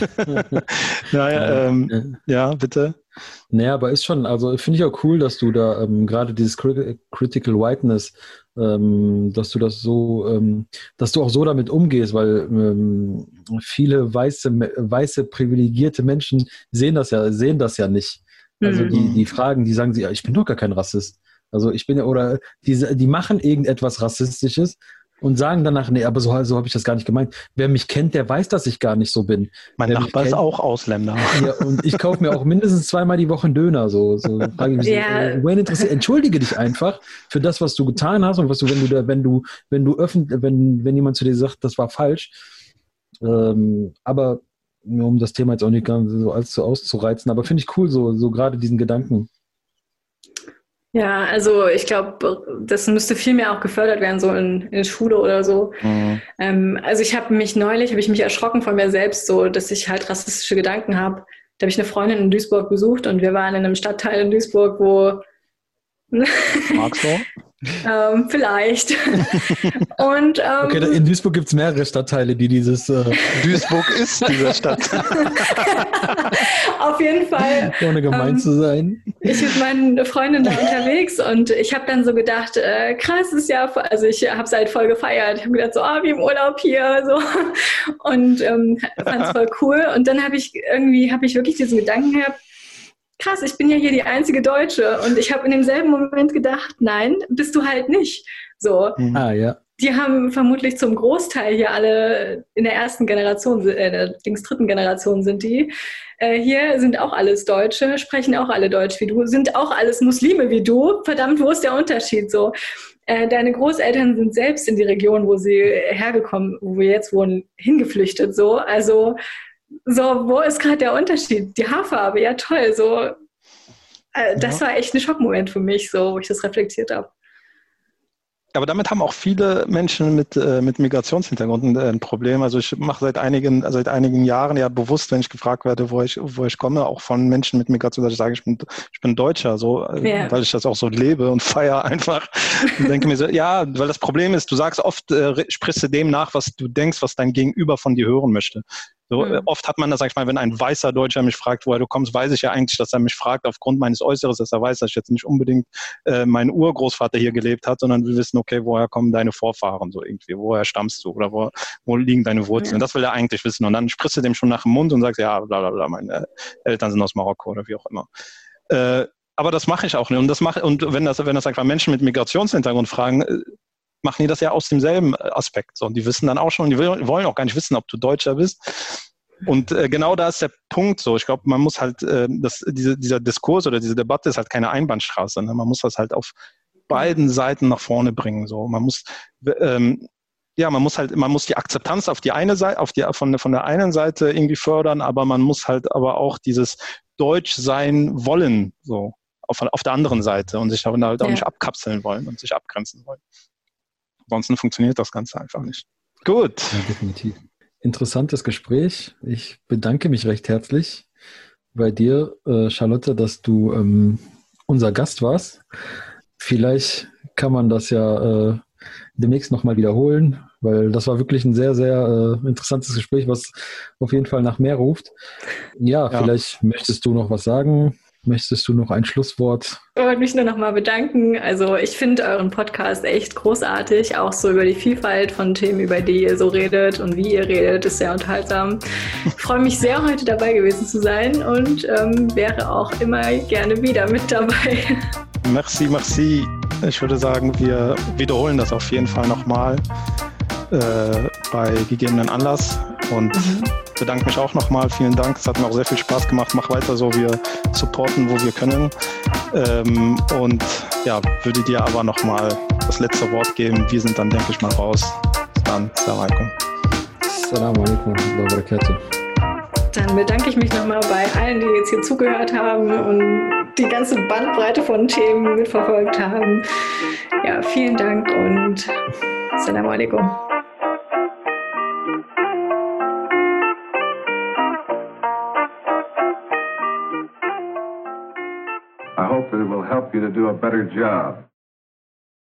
Naja, ähm, ja, bitte. Naja, aber ist schon, also finde ich auch cool, dass du da ähm, gerade dieses Crit- Critical Whiteness, ähm, dass du das so, ähm, dass du auch so damit umgehst, weil ähm, viele weiße, weiße privilegierte Menschen sehen das ja, sehen das ja nicht. Also mhm. die, die fragen, die sagen sie, ja, ich bin doch gar kein Rassist. Also ich bin ja, oder die, die machen irgendetwas Rassistisches und sagen danach, nee, aber so, so habe ich das gar nicht gemeint. Wer mich kennt, der weiß, dass ich gar nicht so bin. Mein Wer Nachbar ist auch Ausländer. Ja, und ich kaufe mir auch mindestens zweimal die Woche einen Döner. So, so frage ich mich, ja. so, interessiert. Entschuldige dich einfach für das, was du getan hast und was du, wenn du da, wenn du, wenn du öffentlich, wenn, wenn jemand zu dir sagt, das war falsch. Ähm, aber um das Thema jetzt auch nicht ganz so allzu auszureizen, aber finde ich cool, so, so gerade diesen Gedanken. Ja, also ich glaube, das müsste viel mehr auch gefördert werden, so in, in der Schule oder so. Mhm. Ähm, also ich habe mich neulich, habe ich mich erschrocken von mir selbst, so, dass ich halt rassistische Gedanken habe. Da habe ich eine Freundin in Duisburg besucht und wir waren in einem Stadtteil in Duisburg, wo Magst du? ähm, vielleicht. Und, ähm, okay, in Duisburg gibt es mehrere Stadtteile, die dieses... Äh Duisburg ist diese Stadt. Auf jeden Fall. Ohne gemein ähm, zu sein. Ich mit meinen Freundinnen da unterwegs und ich habe dann so gedacht, äh, krass ist ja, also ich habe es halt voll gefeiert. Ich habe gedacht so, ah, wie im Urlaub hier, so. Und ähm, fand es voll cool. Und dann habe ich irgendwie, habe ich wirklich diesen Gedanken gehabt, krass, ich bin ja hier die einzige Deutsche. Und ich habe in demselben Moment gedacht, nein, bist du halt nicht. So. Ah, ja. Die haben vermutlich zum Großteil hier alle in der ersten Generation, äh, in der dritten Generation sind die. Äh, hier sind auch alles Deutsche, sprechen auch alle Deutsch wie du, sind auch alles Muslime wie du. Verdammt, wo ist der Unterschied? So, äh, deine Großeltern sind selbst in die Region, wo sie hergekommen, wo wir jetzt wohnen, hingeflüchtet. So, also so, wo ist gerade der Unterschied? Die Haarfarbe, ja toll. So, äh, das ja. war echt ein Schockmoment für mich, so, wo ich das reflektiert habe. Aber damit haben auch viele Menschen mit, äh, mit Migrationshintergrund ein, ein Problem. Also ich mache seit einigen, seit einigen Jahren ja bewusst, wenn ich gefragt werde, wo ich, wo ich komme, auch von Menschen mit Migration, dass ich sage, ich bin, ich bin Deutscher, so, ja. weil ich das auch so lebe und feiere einfach. Und denke mir so, ja, weil das Problem ist, du sagst oft, äh, sprichst du dem nach, was du denkst, was dein Gegenüber von dir hören möchte. So, mhm. Oft hat man das, sag ich mal, wenn ein weißer Deutscher mich fragt, woher du kommst, weiß ich ja eigentlich, dass er mich fragt aufgrund meines Äußeres, dass er weiß, dass ich jetzt nicht unbedingt äh, mein Urgroßvater hier gelebt hat, sondern wir wissen, okay, woher kommen deine Vorfahren so irgendwie, woher stammst du oder wo, wo liegen deine Wurzeln? Mhm. Das will er eigentlich wissen. Und dann sprichst du dem schon nach dem Mund und sagst, ja, bla bla bla, meine Eltern sind aus Marokko oder wie auch immer. Äh, aber das mache ich auch nicht. Und das mache, und wenn das, wenn das einfach Menschen mit Migrationshintergrund fragen, äh, machen die das ja aus demselben Aspekt. So, und die wissen dann auch schon, die wollen auch gar nicht wissen, ob du Deutscher bist. Und äh, genau da ist der Punkt so. Ich glaube, man muss halt, äh, das, diese, dieser Diskurs oder diese Debatte ist halt keine Einbahnstraße. Ne? Man muss das halt auf beiden Seiten nach vorne bringen. So, man muss, ähm, ja, man muss halt, man muss die Akzeptanz auf die eine Seite, auf die von, von der einen Seite irgendwie fördern, aber man muss halt aber auch dieses Deutsch sein wollen, so auf, auf der anderen Seite und sich halt auch ja. nicht abkapseln wollen und sich abgrenzen wollen. Ansonsten funktioniert das Ganze einfach nicht. Gut. Ja, definitiv. Interessantes Gespräch. Ich bedanke mich recht herzlich bei dir, äh, Charlotte, dass du ähm, unser Gast warst. Vielleicht kann man das ja äh, demnächst nochmal wiederholen, weil das war wirklich ein sehr, sehr äh, interessantes Gespräch, was auf jeden Fall nach mehr ruft. Ja, ja, vielleicht möchtest du noch was sagen. Möchtest du noch ein Schlusswort? Ich wollte mich nur noch mal bedanken. Also ich finde euren Podcast echt großartig, auch so über die Vielfalt von Themen, über die ihr so redet und wie ihr redet, ist sehr unterhaltsam. Ich freue mich sehr, heute dabei gewesen zu sein und ähm, wäre auch immer gerne wieder mit dabei. Merci, merci. Ich würde sagen, wir wiederholen das auf jeden Fall nochmal äh, bei gegebenen Anlass und mhm. bedanke mich auch nochmal. Vielen Dank. Es hat mir auch sehr viel Spaß gemacht. Mach weiter so. Wir supporten, wo wir können. Ähm, und ja, würde dir aber nochmal das letzte Wort geben. Wir sind dann, denke ich mal, raus. Bis dann. Assalamu alaikum. Assalamu alaikum wa barakatuh. Dann bedanke ich mich nochmal bei allen, die jetzt hier zugehört haben und die ganze Bandbreite von Themen mitverfolgt haben. Ja, vielen Dank und Assalamu alaikum. I hope that it will help you to do a better job.